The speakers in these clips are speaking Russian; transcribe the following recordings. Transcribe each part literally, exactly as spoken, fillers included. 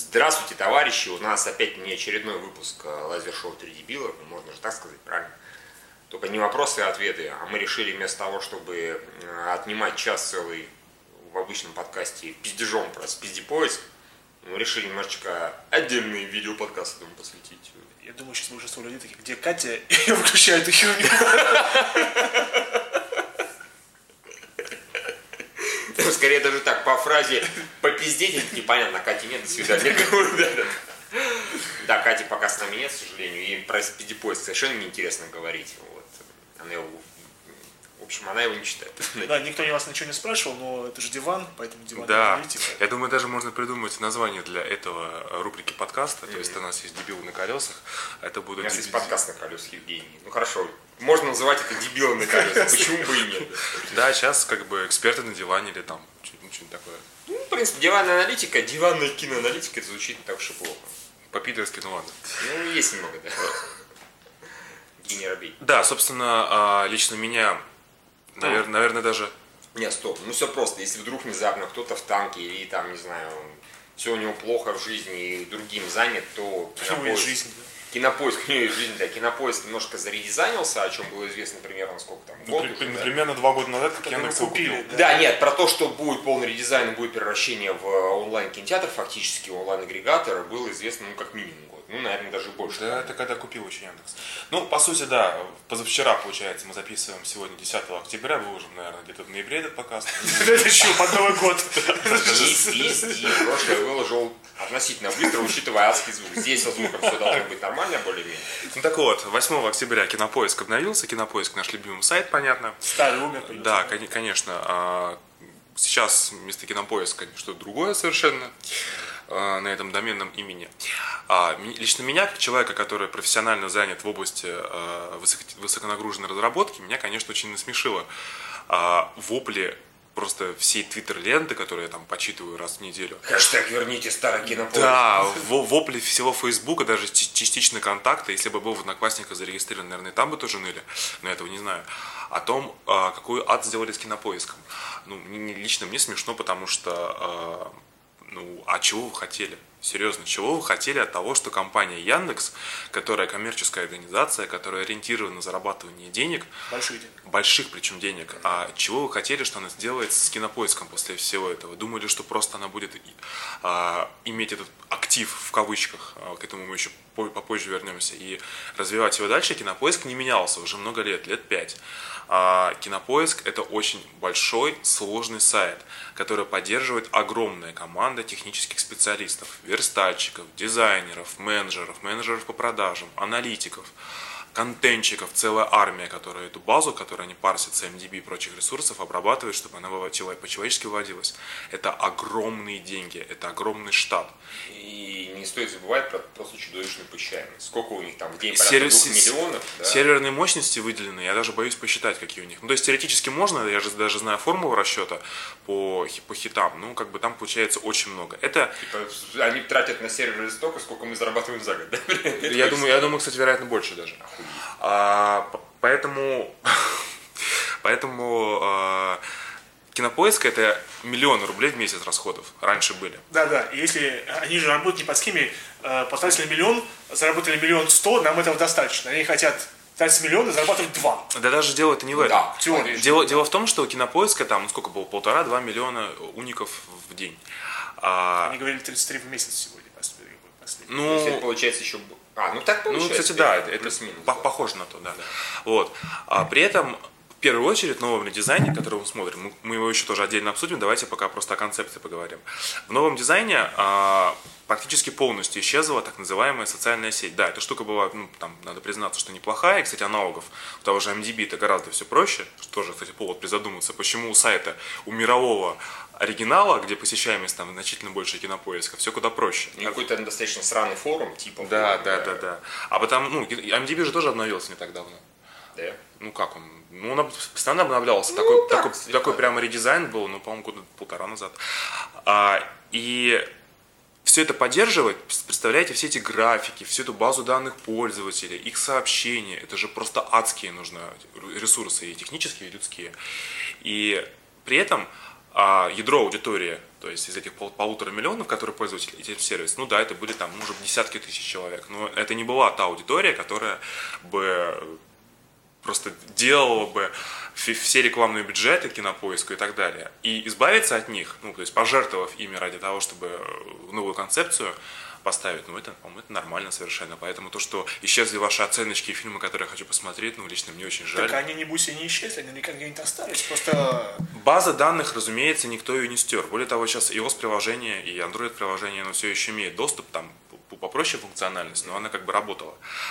Здравствуйте, товарищи! У нас опять не очередной выпуск лазер-шоу «Три дебила», можно же так сказать, правильно? Только не вопросы и ответы, а мы решили вместо того, чтобы отнимать час целый в обычном подкасте пиздежом про спиздипоиск, мы решили немножечко отдельные видеоподкасты этому посвятить. Я думаю, сейчас большинство людей такие, где Катя, и выключают эту херню. Скорее даже так, по фразе попиздеть, непонятно, Кати нет, до свидания. Да, Кати пока с нами нет, к сожалению, и про спидипоиск совершенно неинтересно говорить. Вот. Она его, в общем, она его не читает. Да, никто у вас ничего не спрашивал, но это же диван, поэтому диван да. аналитика. Я думаю, даже можно придумать название для этого рубрики подкаста. Mm-hmm. То есть у нас есть дебилы на колесах. Это будут у нас деб... есть подкаст на колесах, Евгений. Ну хорошо, можно называть это дебилы на колесах. Почему бы и нет? Да, сейчас как бы эксперты на диване или там что-нибудь такое. Ну, в принципе, диванная аналитика, диванная киноаналитика, это звучит не так уж и плохо. По-пидорски, ну ладно. Ну, есть немного, да. Гений робей. Да, собственно, лично меня, наверное, наверное, даже... Не, стоп, ну все просто. Если вдруг внезапно кто-то в танке или там, не знаю, все у него плохо в жизни и другим занят, то кинопоиск, жизнь, да? кинопоиск, у него есть жизнь, да, кинопоиск немножко заредизайнился, о чем было известно примерно сколько там, год ну, уже, при, да? Примерно два года назад, как Яндекс его купил. Да. да, нет, про то, что будет полный редизайн и будет превращение в онлайн-кинотеатр, фактически онлайн-агрегатор, было известно, ну, как минимум год. Ну, наверное, даже больше. Да, это когда купил еще Яндекс. Ну, по сути, да, позавчера, получается, мы записываем сегодня десятого октября, выложим, наверное, где-то в ноябре этот подкаст. Это еще под Новый год. Пизди, прошлое выложил относительно быстро, учитывая адский звук. Здесь со звуком все должно быть нормально, более-менее. Ну так вот, восьмого октября Кинопоиск обновился. Кинопоиск наш любимый сайт, понятно. Старый умер. Да, конечно. Сейчас вместо Кинопоиска что-то другое совершенно на этом доменном имени. Лично меня, как человека, который профессионально занят в области высоконагруженной разработки, меня, конечно, очень насмешило вопли просто всей твиттер-ленты, которые я там почитываю раз в неделю. Хэштег «Верните старый Кинопоиск». Да, вопли всего Фейсбука, даже частично Контакта, если бы был в Одноклассниках зарегистрирован, наверное, там бы тоже ныли, но я этого не знаю, о том, какой ад сделали с Кинопоиском. Ну, лично мне смешно, потому что, ну, а чего вы хотели? Серьезно, чего вы хотели от того, что компания Яндекс, которая коммерческая организация, которая ориентирована на зарабатывание денег, больших денег, больших причем денег, а чего вы хотели, что она сделает с Кинопоиском после всего этого? Думали, что просто она будет а, иметь этот актив в кавычках, а, к этому мы еще попозже вернемся, и развивать его дальше? Кинопоиск не менялся уже много лет, лет пять. А, Кинопоиск — это очень большой, сложный сайт, который поддерживает огромная команда технических специалистов, верстальщиков, дизайнеров, менеджеров, менеджеров по продажам, аналитиков, контентчиков, целая армия, которая эту базу, которую они парсят с эм ди би и прочих ресурсов, обрабатывает, чтобы она по-человечески выводилась. Это огромные деньги, это огромный штат. И не стоит забывать про просто чудовищную посещаемость. Сколько у них там в день порядка Сервис, двух миллионов? Да? Серверные мощности выделены, я даже боюсь посчитать, какие у них. Ну, то есть теоретически можно, я же даже знаю формулу расчета по, по хитам, ну, как бы там получается очень много. Это... Типа, они тратят на серверы столько, сколько мы зарабатываем за год, да? Я думаю, я думаю, кстати, вероятно, больше даже. А, поэтому поэтому а, Кинопоиск — это миллион рублей в месяц расходов. Раньше были. Да, да. И если они же работают не по схеме, потратили миллион, заработали миллион сто, нам этого достаточно. Они хотят тратить миллион и зарабатывать два. Да даже дело это не в этом. Да, дело, дело в том, что у Кинопоиска там, ну, сколько было, полтора-два миллиона уников в день. А, они говорили тридцать три в месяц сегодня. Ну, то есть это получается еще... А, ну так получается. Ну, кстати, да, это, это по- похоже на то, да. да. Вот. А при этом, в первую очередь, в новом дизайне, который мы смотрим, мы, мы его еще тоже отдельно обсудим, давайте пока просто о концепции поговорим. В новом дизайне а, практически полностью исчезла так называемая социальная сеть. Да, эта штука была, ну, там, надо признаться, что неплохая, и, кстати, аналогов у того же эм ди би это гораздо все проще, что тоже, кстати, повод призадуматься, почему у сайта, у мирового оригинала, где посещаемость там значительно больше Кинопоиска, все куда проще. И какой-то достаточно сраный форум, типа... Да, форум, да, да, да. А потом, ну, эм ди би же тоже обновился не так давно. Да? Ну как он? Ну, он постоянно обновлялся. Ну, такой, так, такой, такой прямо редизайн был, ну, по-моему, года полтора назад. А, и все это поддерживать, представляете, все эти графики, всю эту базу данных пользователей, их сообщения, это же просто адские нужны ресурсы, и технические, и людские. И при этом а ядро аудитории То есть из этих пол, полутора миллионов, которые пользователи этим сервисом, ну да, это были там, может, десятки тысяч человек. Но это не была та аудитория, которая бы просто делала бы все рекламные бюджеты Кинопоиску и так далее. И избавиться от них, ну, то есть пожертвовав ими ради того, чтобы новую концепцию поставить, ну, это, по-моему, это нормально совершенно. Поэтому то, что исчезли ваши оценочки и фильмы, которые я хочу посмотреть, ну, лично мне очень жаль. Так они, небось, и не исчезли, они никак где-нибудь остались, просто... База данных, разумеется, никто ее не стер. Более того, сейчас iOS-приложение и Android-приложение, оно все еще имеет доступ, там, попроще функциональность, но она как бы работала.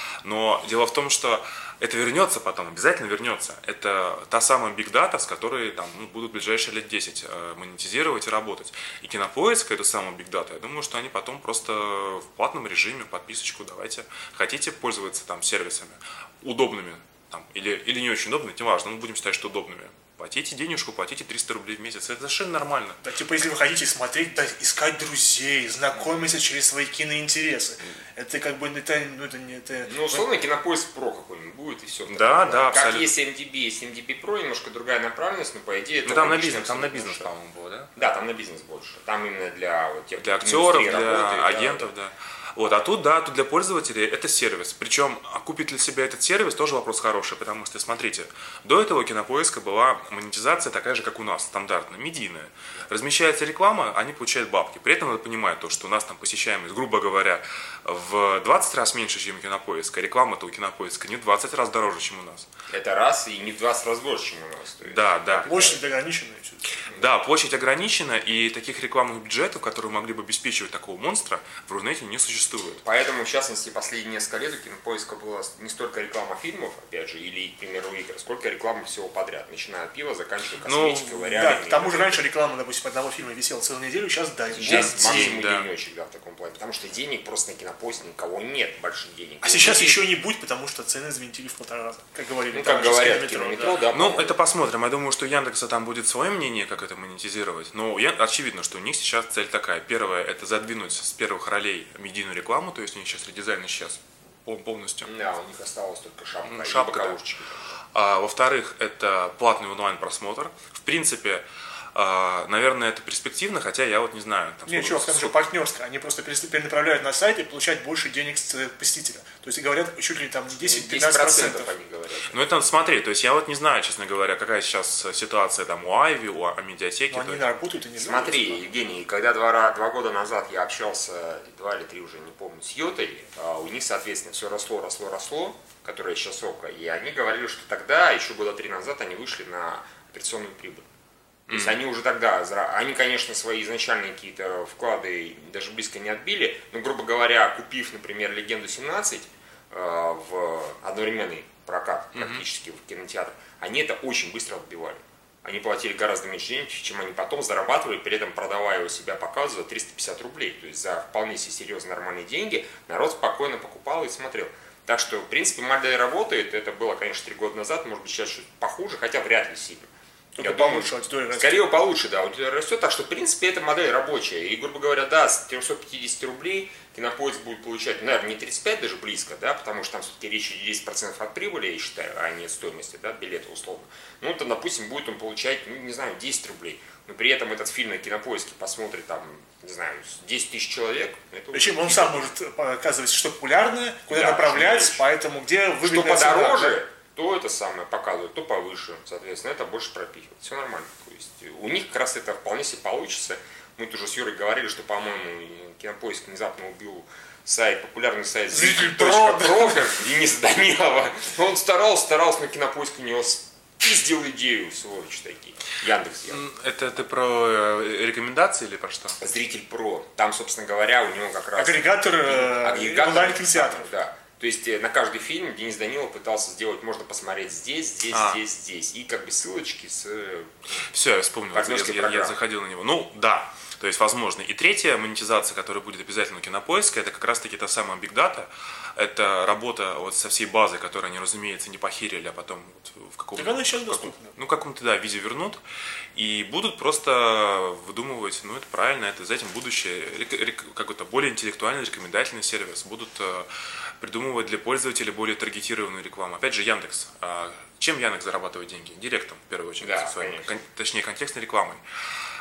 Но дело в том, что это вернется потом, обязательно вернется. Это та самая Big Data, с которой там, ну, будут в ближайшие лет десять монетизировать и работать. И Кинопоиск, эту самую Big Data, я думаю, что они потом просто в платном режиме, подписочку давайте. Хотите пользоваться там сервисами удобными там, или, или не очень удобными, тем важно, мы будем считать, что удобными. Платите денежку, платите триста рублей в месяц. Это совершенно нормально. Да, типа, если вы хотите смотреть, да, искать друзей, знакомиться через свои киноинтересы. Это как бы, это, ну, это не... Это... Ну, условно, Кинопоиск Про какой-нибудь будет, и все. Да, да, как абсолютно. есть эм ди би, есть эм ди би Pro, немножко другая направленность, но по идее... Ну, там на бизнес, там на бизнес, по-моему, было, да? Да, там на бизнес больше. Там именно для вот, тех, для актеров, для работает, агентов, да. да. Вот, а тут, да, тут для пользователей это сервис. Причем, а купит ли себя этот сервис, тоже вопрос хороший, потому что, смотрите, до этого Кинопоиска была монетизация такая же, как у нас, стандартная, медийная. Размещается реклама, они получают бабки. При этом надо понимать то, что у нас там посещаемость, грубо говоря, в двадцать раз меньше, чем у Кинопоиска. Реклама-то у Кинопоиска не в двадцать раз дороже, чем у нас. Это раз, и не в двадцать раз больше, чем у нас. То есть, да, да. Площадь ограниченная. Да, площадь ограничена, и таких рекламных бюджетов, которые могли бы обеспечивать такого монстра, в Рунете не существует. Поэтому, в частности, последние несколько лет у Кинопоиска была не столько реклама фильмов, опять же, или, к примеру, игр, сколько реклама всего подряд, начиная от пива, заканчивая косметикой, ну, ларями. Да, к тому же раньше реклама, допустим, одного фильма висела целую неделю, сейчас да. Сейчас день, максимум да. денечек, да, в таком плане, потому что денег просто на Кинопоиске никого нет, больших денег. А сейчас еще не будет, потому что цены взвинтили в полтора раза, как говорили. Ну, как говорят, в Кинометро, да. Ну, это посмотрим. Я думаю, что у Яндекса там будет свое мнение, как это монетизировать. Но я, очевидно, что у них сейчас цель такая. Первое, это задвинуть с первых ролей медийную рекламу, то есть у них сейчас редизайн исчез полностью. Да, у них осталась только шапка, Ну, и шапка, боковушечки. А, во-вторых, это платный онлайн-просмотр. В принципе, а, наверное, это перспективно, хотя я вот не знаю. Там, Нет, чувак, там же партнерское. Они просто перенаправляют на сайт и получают больше денег с посетителя. То есть говорят чуть ли там десять-пятнадцать процентов. они говорят. Ну, это надо смотреть. То есть я вот не знаю, честно говоря, какая сейчас ситуация там у Айви, у Амедиатеки. Но они есть... работают и не знают. Смотри, Евгений, когда два, два года назад я общался, два или три уже, не помню, с Йотой, у них, соответственно, все росло, росло, росло, которая сейчас ОКО, и они говорили, что тогда, еще года три назад, они вышли на операционную прибыль. То есть mm-hmm. они уже тогда, они, конечно, свои изначальные какие-то вклады даже близко не отбили, но, грубо говоря, купив, например, «Легенду семнадцать» э, в одновременный прокат практически mm-hmm. в кинотеатр, они это очень быстро отбивали. Они платили гораздо меньше денег, чем они потом зарабатывали, при этом продавая у себя показ за триста пятьдесят рублей. То есть за вполне себе серьезные нормальные деньги народ спокойно покупал и смотрел. Так что, в принципе, модель работает. Это было, конечно, три года назад, может быть, сейчас чуть похуже, хотя вряд ли сильно. Только я получше, думаю, аудитория растет. Скорее получше, да, аудитория растет, так что, в принципе, эта модель рабочая. И, грубо говоря, да, с трёхсот пятидесяти рублей Кинопоиск будет получать, ну, наверное, не тридцать пять даже близко, да, потому что там все-таки речь идет десять процентов от прибыли, я считаю, а не от стоимости, да, билета условно. Ну, то, допустим, будет он получать, ну, не знаю, десять рублей. Но при этом этот фильм на Кинопоиске посмотрит, там, не знаю, десять тысяч человек. Причем он сам может показывать, что популярное, куда да, направлять, поэтому где выгодная что подороже, цена, то это самое показывают, то повыше, соответственно, это больше пропихивает. Все нормально. То есть у них как раз это вполне себе получится. Мы тоже с Юрой говорили, что, по-моему, Кинопоиск внезапно убил сайт, популярный сайт Зритель точка про Дениса Данилова. Он старался, старался, но Кинопоиск у него спиздил идею, сволочь такие. Яндекс. Это ты про рекомендации или про что? Зритель Про. Там, собственно говоря, у него как раз... Агрегатор, агрегатор онлайн-кинотеатр. Да. То есть на каждый фильм Денис Данилов пытался сделать, можно посмотреть здесь, здесь, а. здесь, здесь. И как бы ссылочки с... Все, я вспомнил, я, я, я заходил на него. Ну, да, то есть возможно. И третья монетизация, которая будет обязательно у Кинопоиска, это как раз-таки та самая Big Data. Это работа вот со всей базой, которую они, разумеется, не похерили, а потом вот в каком-то... Так она сейчас доступна. Ну, каком-то, да, виде вернут. И будут просто выдумывать, ну, это правильно, это за этим будущее, какой-то более интеллектуальный рекомендательный сервис. Будут придумывать для пользователей более таргетированную рекламу. Опять же, Яндекс. Чем Яндекс зарабатывает деньги? Директом, в первую очередь, да, своим, кон, точнее, контекстной рекламой.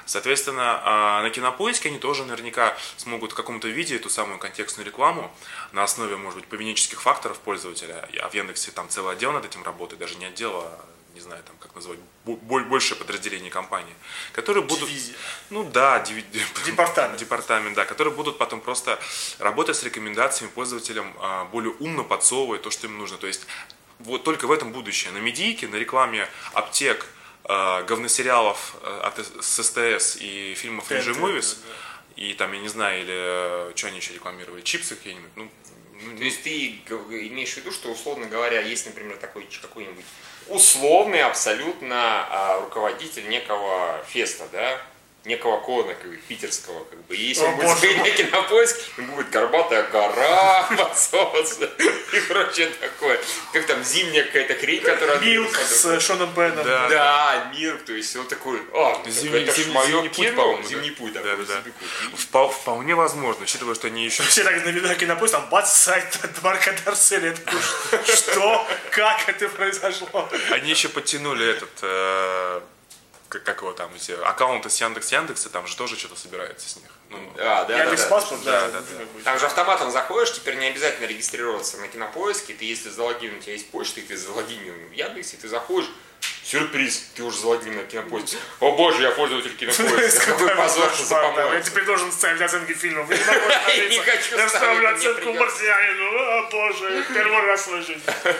Соответственно, а, на Кинопоиске они тоже наверняка смогут в каком-то виде эту самую контекстную рекламу на основе, может быть, поведенческих факторов пользователя, а в Яндексе там целый отдел над этим работает, даже не отдел, а не знаю, там, как назвать, большее подразделение компании, которые будут... Дивизия. Ну да, диви, Департамент. департамент, да, которые будут потом просто работать с рекомендациями пользователям, а, более умно подсовывать то, что им нужно. То есть вот только в этом будущее. На медийке, на рекламе аптек, а, говносериалов от, с СТС и фильмов Эн Джи Movies, и там, я не знаю, или что они еще рекламировали, чипсы какие-нибудь, ну, То есть ты имеешь в виду, что, условно говоря, есть, например, такой какой-нибудь условный абсолютно а, руководитель некого феста, да, некого кона, как бы, питерского, как бы, и если он будет смотреть на Кинопоиск, ему будет горбатая гора подсовываться и прочее такое. Как там зимняя какая-то хрень, которая... Милк с Шоном Пеном. Да, да, Милк, то есть он такой, а, Зимний, это ж зимний, мое зимний кино, путь, по-моему, зимний путь, да, такой, да, да. зимний путь. Впол- Вполне возможно, учитывая, что они еще... Все так на виду Кинопоиск, там бац, сайт от Марка Дарселя. Я такой, что? Как это произошло? Они еще подтянули этот... э, как, как его там, эти аккаунты с Яндекс Яндекса, там же тоже что-то собирается с них. Ну, А, да, да, Яндекс да. паспорт, да. Да, да, да. Там же автоматом заходишь, теперь не обязательно регистрироваться на Кинопоиске. Ты, если залогинен, у тебя есть почта, и ты залогинен в Яндексе, ты заходишь, сюрприз, ты уже залогинен на Кинопоиске. О боже, я пользователь Кинопоиска. Какой позор, что за Я помойку. теперь должен ставить оценки фильмов. Я не хочу Я ставить, ставлю мне оценку придется. Марсианину. О боже, первый раз в своей жизни.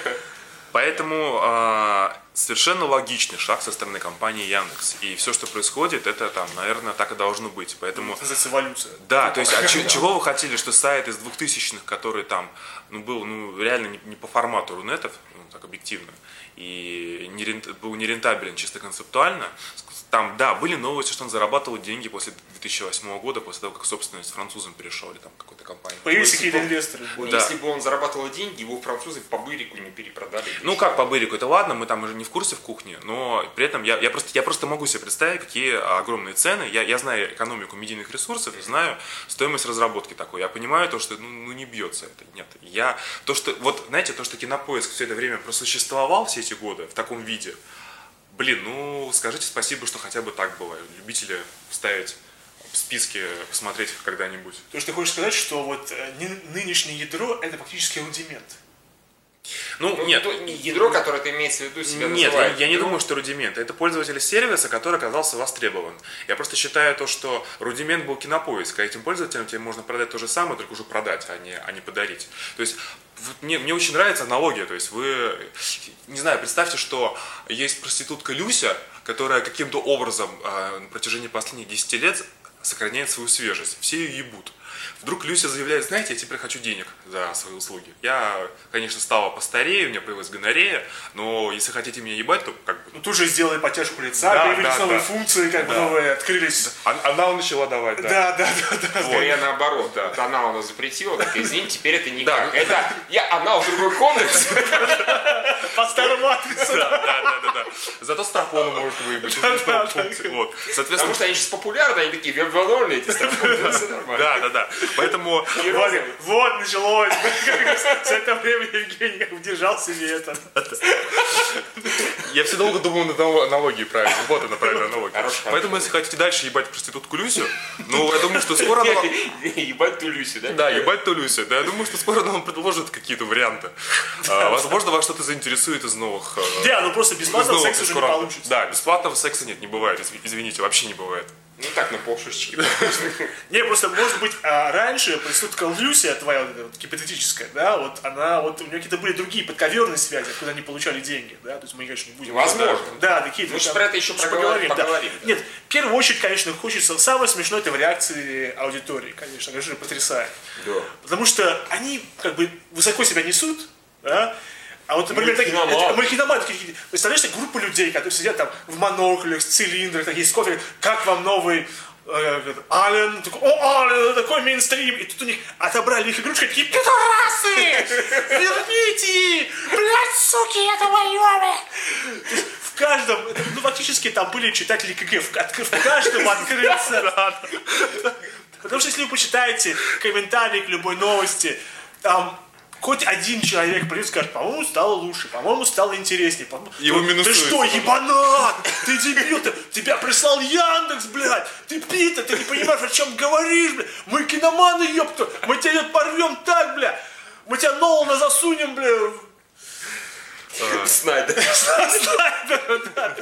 Поэтому а, совершенно логичный шаг со стороны компании Яндекс. И все, что происходит, это там, наверное, так и должно быть. Поэтому... Это называется эволюция. Да, то есть, а ч- чего вы хотели, что сайт из двухтысячных, который там, ну, был, ну, реально не, не по формату Рунетов, ну, так объективно, и не рент- был нерентабелен чисто концептуально, там, да, были новости, что он зарабатывал деньги после две тысячи восьмого года, после того, как собственность французам перешел, или там какой-то компании. Появились Если какие-то бы- инвесторы. Вот Да. если бы он зарабатывал деньги, его французы по бырику не перепродали. Ну как по бырику, это ладно, мы там уже не в курсе в кухне, но при этом я, я, просто, я просто могу себе представить, какие огромные цены. Я, я знаю экономику медийных ресурсов, знаю стоимость разработки такой. Я понимаю то, что ну, ну не бьется это. Нет. Я, то, что, вот знаете, то, что Кинопоиск все это время просуществовал все эти годы в таком виде, блин, ну скажите спасибо, что хотя бы так было. Любители вставить в списки, посмотреть их когда-нибудь. То есть ты хочешь сказать, что вот э, ны- нынешнее ядро это фактически рудимент. Ну, Ну, нет. то ядро, которое ты имеешь в виду, себя Нет, я, называет. я не ядром. думаю, что рудимент. Это пользователь сервиса, который оказался востребован. Я просто считаю то, что рудимент был Кинопоиск, а этим пользователям тебе можно продать то же самое, только уже продать, а не, а не подарить. То есть вот мне, мне очень нравится аналогия. То есть вы, не знаю, представьте, что есть проститутка Люся, которая каким-то образом э, на протяжении последних десяти лет сохраняет свою свежесть. Все ее ебут. Вдруг Люся заявляет, знаете, я теперь хочу денег за свои услуги. Я, конечно, стала постарее, у меня появилась гонорея, но если хотите меня ебать, то как бы... Ну тут же сделали подтяжку лица, Да, появились да, новые да. функции, как бы Да. новые открылись. А- Анал начала давать, да. Да, да, да, да. Скорее наоборот, да. Вот она у нас запретила, так извините, теперь это никак. Да. Это я анал в другой комнате. По старому адресу. Да, да, да, да, да. Зато страховку может выебать. Да, да, Функции. Вот. Потому Соответственно, что они сейчас популярны, они такие веб-ванольные, эти страховки, все нормально. да, да, да. Поэтому Вот, вот началось. С этого времени Евгений как бы держал себе это. я все долго думал над аналогией правильно. Вот она правильная аналогия. Хорошо, Поэтому, если хотите дальше ебать проститутку Люсю, ну, я думаю, что скоро она вам... Ебать ту Люсю, да? Да, ебать то Люся. Да, я думаю, что скоро она вам предложит какие-то варианты. А, возможно, вас что-то заинтересует из новых... э, Да, ну просто из бесплатного новых секса уже не фишкурантов. получится. Да, бесплатного секса нет, не бывает. изв- Извините, вообще не бывает. Ну так, на полшишечки. Не, просто, может быть, а, раньше проститутка Люся, твоя вот эта вот гипотетическая, да, вот она, вот у нее какие-то были другие подковерные связи, откуда они получали деньги, да, то есть мы, конечно, не будем... Возможно. Да, такие... Мы же там, про это еще еще проговорим, да. поговорим, да. Нет, в первую очередь, конечно, хочется... Самое смешное, это в реакции аудитории, конечно, конечно, потрясает. Да. Потому что они, как бы, высоко себя несут, да, а вот, например, такие, Махиноманы. это- махиноманы такие, представляешь, себе группа людей, которые сидят там в моноклях, с цилиндрах, такие, с кофе, как вам новый э, говорит, Ален, такой, о, Ален, такой мейнстрим, и тут у них отобрали их игрушки, такие, пидорасы, верните, блядь, суки, это воёвы. То есть в каждом, ну, фактически там были читатели КГ, в, от- в каждом открылся. Потому что если вы почитаете комментарии к любой новости, там хоть один человек придет и скажет, по-моему, стало лучше, по-моему, стало интереснее. По Его ты, минусуют. ты что, ебанат? Ты дебил, ты, тебя прислал Яндекс, блядь. Ты Пита, ты не понимаешь, о чем говоришь, блядь. Мы киноманы, ёпта. Мы тебя порвем так, блядь. Мы тебя Нолана засунем, блядь. Снайдер. Снайдер, да.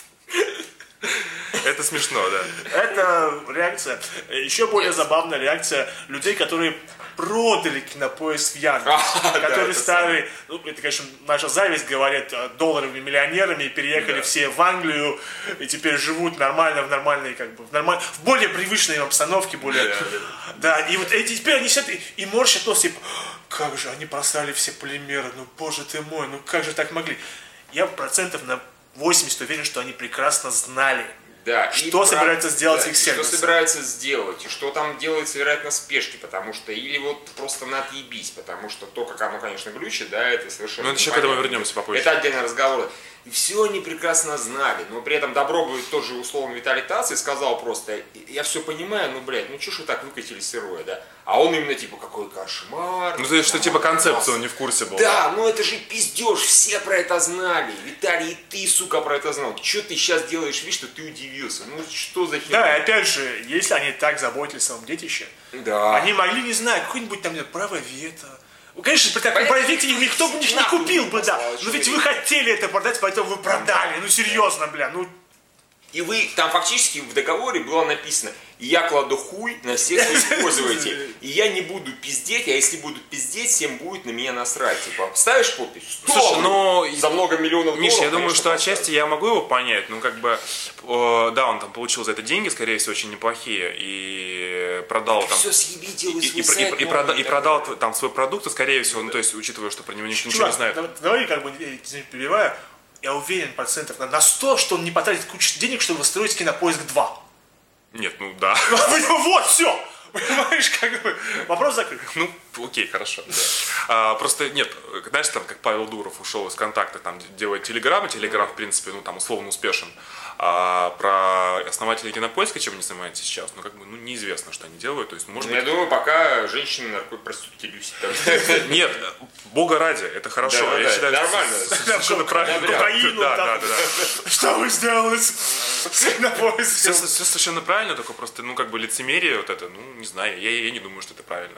Это смешно, да. Это реакция. Еще более забавная реакция людей, которые продали Кинопоиск в Яндекс. А, которые да, стали, ну, это, конечно, наша зависть, говорят, долларовыми миллионерами, и переехали Да. все в Англию, и теперь живут нормально, в нормальной, как бы, в, нормаль... в более привычной обстановке, более... Да, Да, и вот эти теперь они сидят и, и морщат нос, типа, как же, они просрали все полимеры, ну, боже ты мой, ну, как же так могли? Я процентов на восемьдесят уверен, что они прекрасно знали, Да, что и собираются про- сделать да, их и сервисом. Что собираются сделать, и что там делается, вероятно, в спешке, потому что, или вот просто на отъебись, потому что то, как оно, конечно, глючит, да, это совершенно Ну, это еще к этому непонятно. вернемся попозже. Это отдельный разговор. И все они прекрасно знали, но при этом добро будет тот же условно Виталий Таций сказал просто, я все понимаю, ну, блядь, ну, что ж вы так выкатили сырое, да? А он именно типа, какой кошмар. Ну, то есть, что типа концепцию он не в курсе был. Да, ну это же пиздеж, все про это знали. Виталий, и ты, сука, про это знал. Че ты сейчас делаешь вид, что ты удивился? Ну что за херня? Да, и опять же, если они так заботились о своем детище, Да. они могли, не знаю, какой-нибудь там нет, право вето. Ну, конечно, при таком Понятно, праве вето никто бы у них не нахуй купил бы, да. послал, Но ведь что вы хотели это продать, поэтому вы продали. Ну, серьезно, бля, ну... И вы, там фактически в договоре было написано, я кладу хуй на всех своих пользователей. И я не буду пиздеть, а если буду пиздеть, всем будет на меня насрать. Типа, ставишь подпись? сто Слушай, ну, за много миллионов Миш, долларов, я думаю, конечно, что поставишь. отчасти я могу его понять, ну как бы, э, да, он там получил за это деньги, скорее всего, очень неплохие, и продал там... Все съеби, делай И, свой и, и, сайт, и, новый, прода- и так продал далее. там свой продукт, и, скорее всего, ну то есть, учитывая, что про него никто ничего Чувак, не знает. давай, давай, как бы, я тебя не перебиваю, я уверен процентов на, на сто, что он не потратит кучу денег, чтобы строить Кинопоиск два. Нет, ну да. Вот, все! Понимаешь, как бы, вопрос закрыт. Ну, окей, хорошо. Да. А, просто нет, знаешь, там, как Павел Дуров ушел из контакта, там делает Телеграм, и Телеграм, в принципе, ну, там, условно успешен. А про основателей Кинопоиска, чем они занимаются сейчас, ну, как бы, ну, неизвестно, что они делают, то есть, может Ну, я быть... думаю, пока женщины наркопроститутки люсят. Нет, бога ради, это хорошо. Да, да, Я да, считаю, нормально. что совершенно правильно. Кокаину, Да, там. да, да, да. Что вы сделали с с Кинопоиском? Все, все совершенно правильно, только просто, ну, как бы лицемерие вот это, ну, не знаю, я, я не думаю, что это правильно.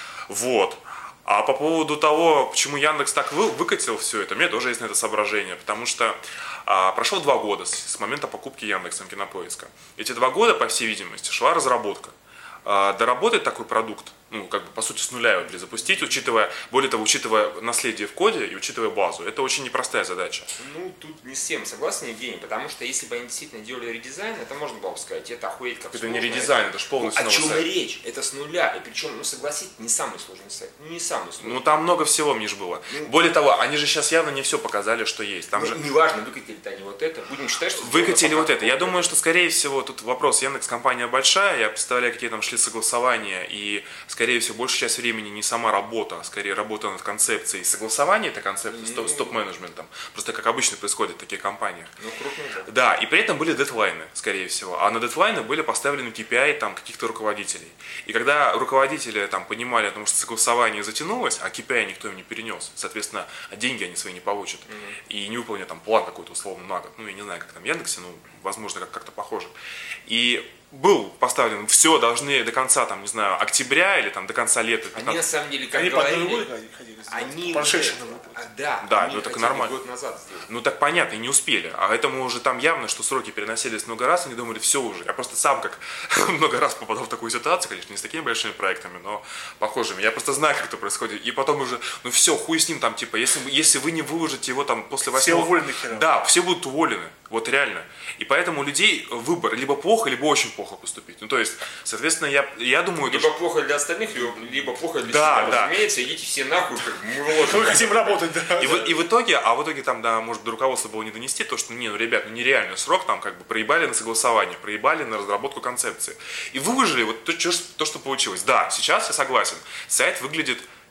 Вот. А по поводу того, почему Яндекс так вы, выкатил все это, у меня тоже есть на это соображение, потому что а, прошло два года с, с момента покупки Яндексом Кинопоиска. Эти два года, по всей видимости, шла разработка. А, доработать такой продукт, ну, как бы, по сути, с нуля его перезапустить, учитывая, более того, учитывая наследие в коде и учитывая базу, это очень непростая задача. Ну, тут не всем согласен, Евгений, потому что если бы они действительно делали редизайн, это можно было бы сказать, это охуеть как Это сложно. не редизайн, это ж полностью О новый чем сайт. речь? Это с нуля. И причем, ну, согласитесь, не самый сложный сайт. Ну, не самый сложный. Ну, там много всего, Миш, было. Более того, они же сейчас явно не все показали, что есть. Там же... Ну, неважно, выкатили-то они вот это. Будем считать, что... Выкатили сделано вот это. Я пока. думаю, что, скорее всего, тут вопрос. Яндекс компания большая, я представляю, какие там шли согласования, и, скорее всего, большая часть времени не сама работа, а скорее работа над концепцией согласования этой концепции с топ- с топ-менеджментом. Просто как обычно происходит в таких компаниях. Ну, крупно, да. Да, и при этом были дедлайны, скорее всего. А на дедлайны были поставлены кей пи ай там, каких-то руководителей. И когда руководители там, понимали, потому что согласование затянулось, а кей пи ай никто им не перенес, соответственно, деньги они свои не получат. Mm-hmm. И не выполнят там план какой-то условно на год. Ну, я не знаю, как там в Яндексе, ну, возможно, как- как-то похоже. И был поставлен, все должны до конца, там, не знаю, октября или там до конца лета. Они, на самом деле, как Они по одной говорили... году ходили. Они Прошедшие уже- на выпуск. А, да, Да, они ну так хотели нормально. год назад сделать. Ну так понятно, и не успели. А этому уже там явно, что сроки переносились много раз, они думали, все уже. Я просто сам как много раз попадал в такую ситуацию, конечно, не с такими большими проектами, но похожими. Я просто знаю, как это происходит. И потом уже, ну все, хуй с ним там, типа, если, вы- если вы не выложите его там после Все восьмого... уволены хером. Да, все будут уволены. Вот реально. И поэтому у людей выбор либо плохо, либо очень плохо поступить. Ну то есть, соответственно, я, я думаю... это Либо плохо для остальных, либо, либо плохо для Да, себя. да. Разумеется, идите все нахуй, как мы Мы выложим. хотим работать, да. И в, и в итоге, а в итоге там, да, может, до руководства было не донести, то, что, не, ну, ребят, ну, нереальный срок, там, как бы, проебали на согласование, проебали на разработку концепции. И выложили вот то, что, то, что получилось. Да, сейчас я согласен, сайт выглядит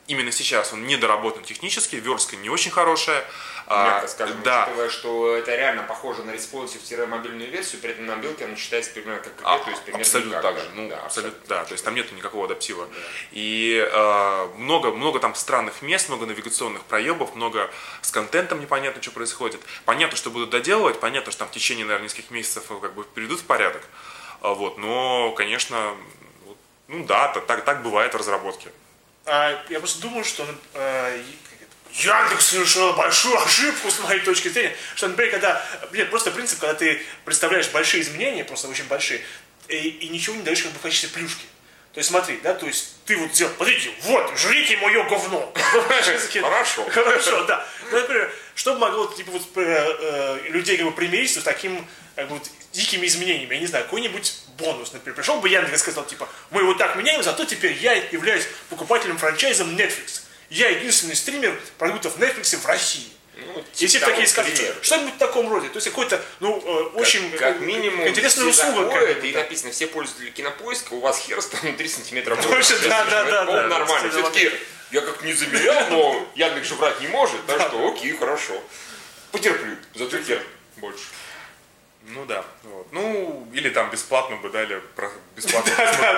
именно сейчас он недоработан технически, верстка не очень хорошая. Мягко скажем, да. учитывая, что это реально похоже на респонсив-мобильную версию, при этом на мобилке она считается примерно как А, ИГ, то есть примерно абсолютно никак, так да. же. Ну, Да, абсолютно, абсолютно. да, то есть там нету никакого адаптива. Да. И э, много, много там странных мест, много навигационных проебов, много с контентом непонятно, что происходит. Понятно, что будут доделывать, понятно, что там в течение, наверное, нескольких месяцев как бы приведут в порядок. Вот, но, конечно, ну да, так, так бывает в разработке. А, я просто думаю, что э, Яндекс совершил большую ошибку с моей точки зрения, что, например, когда, нет, просто принцип, когда ты представляешь большие изменения, просто очень большие, и, и ничего не даешь как бы в качестве плюшки. То есть смотри, да, то есть ты вот сделал, смотрите, вот, жрите мое говно. Хорошо. Хорошо, да. Ну, например, что бы могло, типа, вот, э, людей как бы примирить с таким, как бы, вот, дикими изменениями, я не знаю, какой-нибудь бонус, например. Пришел бы Яндекс и сказал, типа, мы вот так меняем, зато теперь я являюсь покупателем франчайзом Netflix. Я единственный стример продуктов Netflix в России. Ну, Если типа такие того, скажут, что-нибудь в таком роде. То есть какой-то, ну, э, очень как, как минимум, интересная все услуга. заходят, и написано, все пользователи Кинопоиска, у вас херст там три сантиметра больше. Больше, да, да, да, да. Нормально. Все-таки я как не замерял, но Яндекс же врать не может, так что окей, хорошо. Потерплю, зато хер больше. Ну да. Вот. Ну, или там бесплатно бы дали про- бесплатно.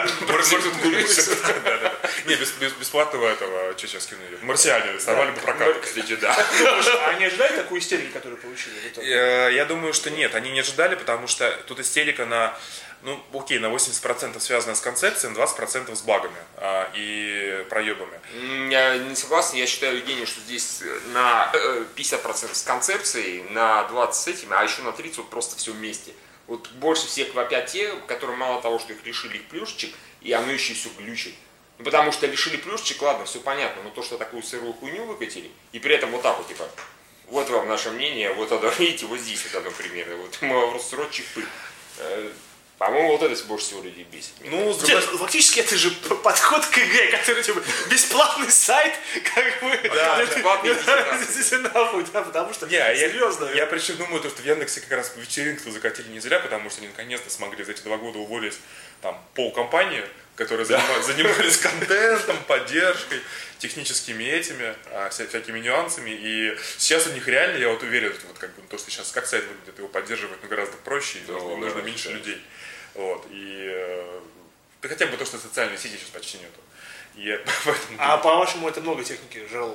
Не, без- без- бесплатного этого, что сейчас кинули? Марсиане сорвали бы прокат. Кстати, да. А они ожидали такой истерики, которую получили в итоге? Э, Я думаю, что нет, они не ожидали, потому что тут истерика на, ну, окей, на восемьдесят процентов связана с концепцией, на двадцать процентов с багами а, и проебами. Я не согласен, я считаю, Евгений, что здесь на э, пятьдесят процентов с концепцией, на двадцать процентов с этим, а еще на тридцать процентов вот просто все вместе. Вот больше всех вопят те, которые мало того, что их лишили их плюшечек, и оно еще и все глючит. Ну, потому что лишили плюшечек, ладно, все понятно, но то, что такую сырую хуйню выкатили, и при этом вот так вот, типа, вот вам наше мнение, вот оно, видите, вот здесь вот оно примерно, вот мы просто рот чихпы. По-моему, вот это больше всего людей бесит. Ну, с Нет, другой фактически это же п- подход к ИГ, который типа бесплатный сайт, как бы. Да, бесплатный, идите нахуй. идите нахуй, да, потому что Не, я, серьезно. я причем думаю, то, что в Яндексе как раз вечеринку закатили не зря, потому что они наконец-то смогли за эти два года уволить там полкомпании, которые занима- занимались контентом, поддержкой, техническими этими, а, вся- всякими нюансами. И сейчас у них реально, я вот уверен, вот как бы то, что сейчас как сайт выглядит, его поддерживать ну, гораздо проще, и Да, нужно, нужно да, меньше да. людей. Вот. И э, да хотя бы то, что социальные сети сейчас почти нету. И я поэтому А по-вашему, это много техники жало?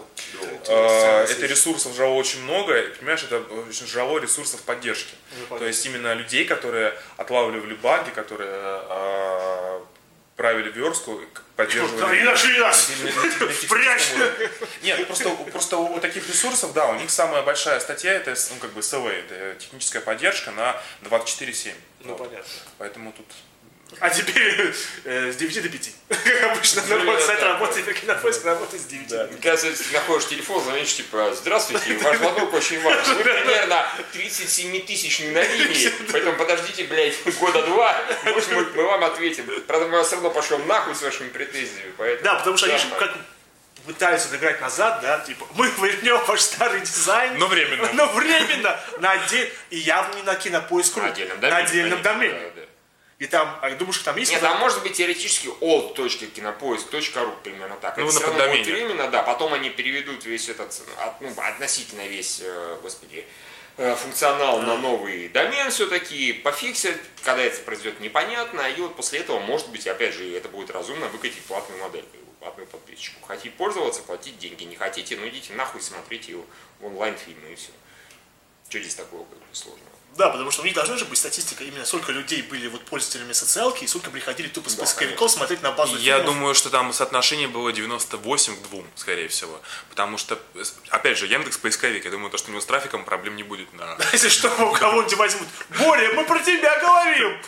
Э, Это ресурсов жало очень много, и, понимаешь, это очень жало ресурсов поддержки. Ну, То есть именно людей, которые отлавливали баги, которые э, правили верстку, поддерживали... И нашли нас! на- на- на техническом Прячь! уровне. Нет, просто, просто у таких ресурсов, да, у них самая большая статья, это ну, как бы эс эл эй, это техническая поддержка на двадцать четыре семь. Ну, понятно. Поэтому тут... А теперь э, с девяти до пяти. Как обычно, Ну, на сайт это- работает, Кинопоиск работает с девяти до пяти. Когда ты находишь телефон, звонишь, типа, здравствуйте, ваш звонок очень важен. Вы примерно тридцать семь тысячный на линии, поэтому подождите, блядь, года два, может, мы, мы вам ответим. Правда, мы вас все равно пошлем нахуй с вашими претензиями, поэтому... Да, потому что они Да, же как пытаются догнать назад, да, типа, мы вернем ваш старый дизайн. Но временно. Но временно. На отдель... И явно не на Кинопоиск.ру. На отдельном На домене. отдельном конечно, домене. да, да. И там, а думаешь, там есть... Нет, вот там может быть теоретически old точка кинопоиск точка ру, примерно так. Ну, Это на все равно будет поддомене. временно, да. Потом они переведут весь этот, от- ну, относительно весь, э, господи, э, функционал на новый домен все-таки, пофиксят, когда это произойдет, непонятно. И вот после этого, может быть, опять же, это будет разумно выкатить платную модель, платную подписчику. Хотите пользоваться, платить деньги. Не хотите, ну идите нахуй, смотрите онлайн-фильмы и все. Что здесь такого как бы сложного? Да, потому что у них должна же быть статистика, именно сколько людей были вот пользователями социалки и сколько приходили тупо с Да, поисковиков смотреть на базу Я фильмов. думаю, что там соотношение было девяносто восемь к двум, скорее всего. Потому что, опять же, Яндекс поисковик, я думаю, то, что у него с трафиком проблем не будет. На... Если что, у кого-нибудь возьмут. Боря, мы про тебя говорим!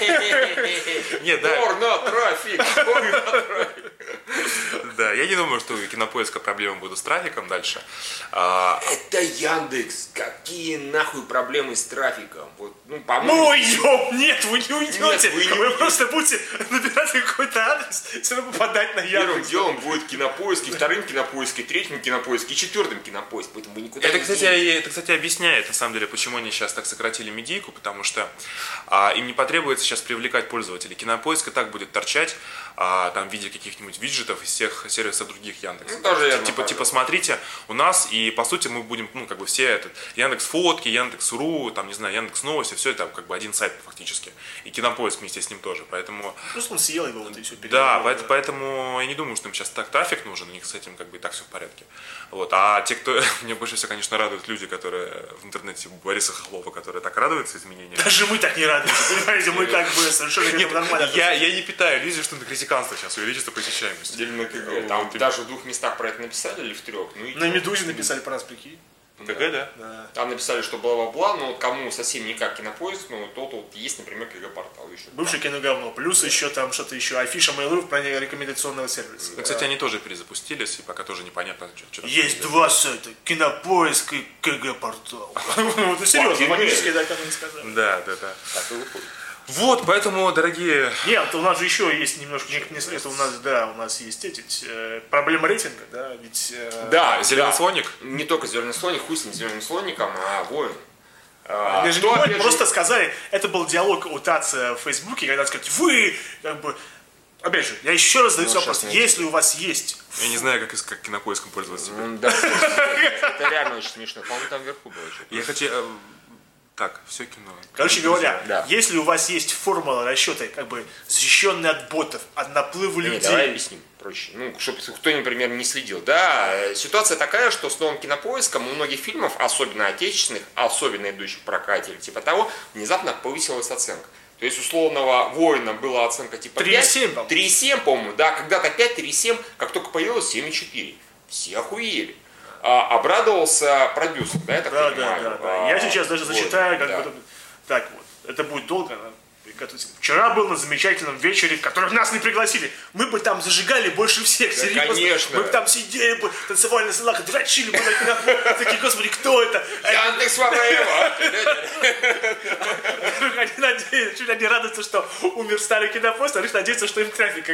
Нет, да, Порно, трафик, порно, трафик. да, я не думаю, что у Кинопоиска проблемы будут с трафиком дальше. А, Это Яндекс. Какие нахуй проблемы с трафиком? Вот, ну, Мы по-моему, уйдем! Нет, вы не уйдете! Нет, вы не вы уйдете. просто будете набирать какой-то адрес, все равно попадать на первым Яндекс. делом будет кинопоиск, и вторым кинопоиск, и третьим кинопоиск, и четвертым кинопоиск. Поэтому вы никуда Это, не кстати, денетесь. это, кстати, объясняет, на самом деле, почему они сейчас так сократили медийку, потому что а, им не потребуется сейчас привлекать пользователей. Кинопоиск и так будет торчать а, там, в виде каких-нибудь виджетов из всех сервисов других Яндекса. Ну, тоже верно, типа, тоже. типа, смотрите, у нас, и по сути мы будем, ну, как бы все этот, Яндекс Фотки, Яндекс.ру, там, не знаю, Яндекс Новости, все это как бы один сайт фактически. И Кинопоиск вместе с ним тоже, поэтому... Просто он съел его, вот и все. Да, поэтому, поэтому я не думаю, что им сейчас так трафик нужен, у них с этим как бы и так все в порядке. Вот. А те, кто... Мне больше всего, конечно, радуют люди, которые в интернете, Бориса Хохлова, которые так радуются изменениям. Даже мы так не радуемся, понимаете, мы как бы совершенно не нормально. Я, я не питаю иллюзии, что на критиканство сейчас увеличится посещаемость. Там даже в двух местах про это написали или в трех. Ну, и На Медузе написали про нас, прикинь. КГ, да? Да. Там написали, что бла-бла-бла, но вот кому совсем никак Кинопоиск, ну тот вот есть, например, КГ-портал еще. Бывший киноговно. Плюс еще там что-то еще. Афиша Mail.ru про рекомендационного сервиса. Ну, кстати, они тоже перезапустились, и пока тоже непонятно, что, что Есть два сайта. Кинопоиск и КГ-портал. Вот и серьезно, магически, да, как они сказали. Да, да, да. Так и выходит. Вот, поэтому, дорогие... Нет, у нас же еще есть немножко, некоторые средства, у нас, да, у нас есть эти, э, проблема рейтинга, да, ведь... Э, Да, Зеленый да. слоник? Не только зеленый слоник, хуй с ним зеленым слоником, а воин. А, Даже кто, не опять воин, же, просто сказали, это был диалог у Таца в Фейсбуке, когда сказали, вы, как бы... Опять же, я еще раз задаю Ну, вопрос, сейчас найти. если у вас есть... Я не знаю, как, из- как Кинопоиском пользоваться. Ну, да, это реально очень смешно. По-моему, там вверху было что-то. Я хочу... э, Так, все кино. Короче говоря, Да. если у вас есть формула расчета, как бы защищенная от ботов, от наплыва Не, людей, давай объясним проще. Ну, чтобы кто, например, не следил. Да, э, ситуация такая, что с новым Кинопоиском у многих фильмов, особенно отечественных, особенно идущих в прокате или типа того, внезапно повысилась оценка. То есть условного «Воина» была оценка типа три и семь, по-моему. три и семь, по-моему, да, когда-то пять, три и семь, как только появилось семь и четыре. Все охуели. А, обрадовался продюсер, да, я так Да, понимаю? да, да, да. А, Я сейчас даже вот, зачитаю, как да. бы, так вот, это будет долго. да. Вчера был на замечательном вечере, в который нас не пригласили. Мы бы там зажигали больше всех, Да, серьезно. конечно. Мы бы там сидели бы, танцевали на столах, дрочили бы на кино. Такие, господи, кто это? Яндекс Форева! Они надеются, чуть они радуются, что умер старый Кинопоиск, а лишь надеются, что им трафик.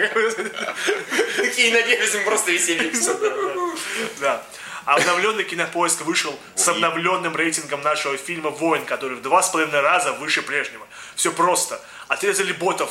Такие надеялись, им просто веселимся. Да. А обновленный Кинопоиск вышел с обновленным рейтингом нашего фильма «Воин», который в два с половиной раза выше прежнего. Все просто. Отрезали ботов,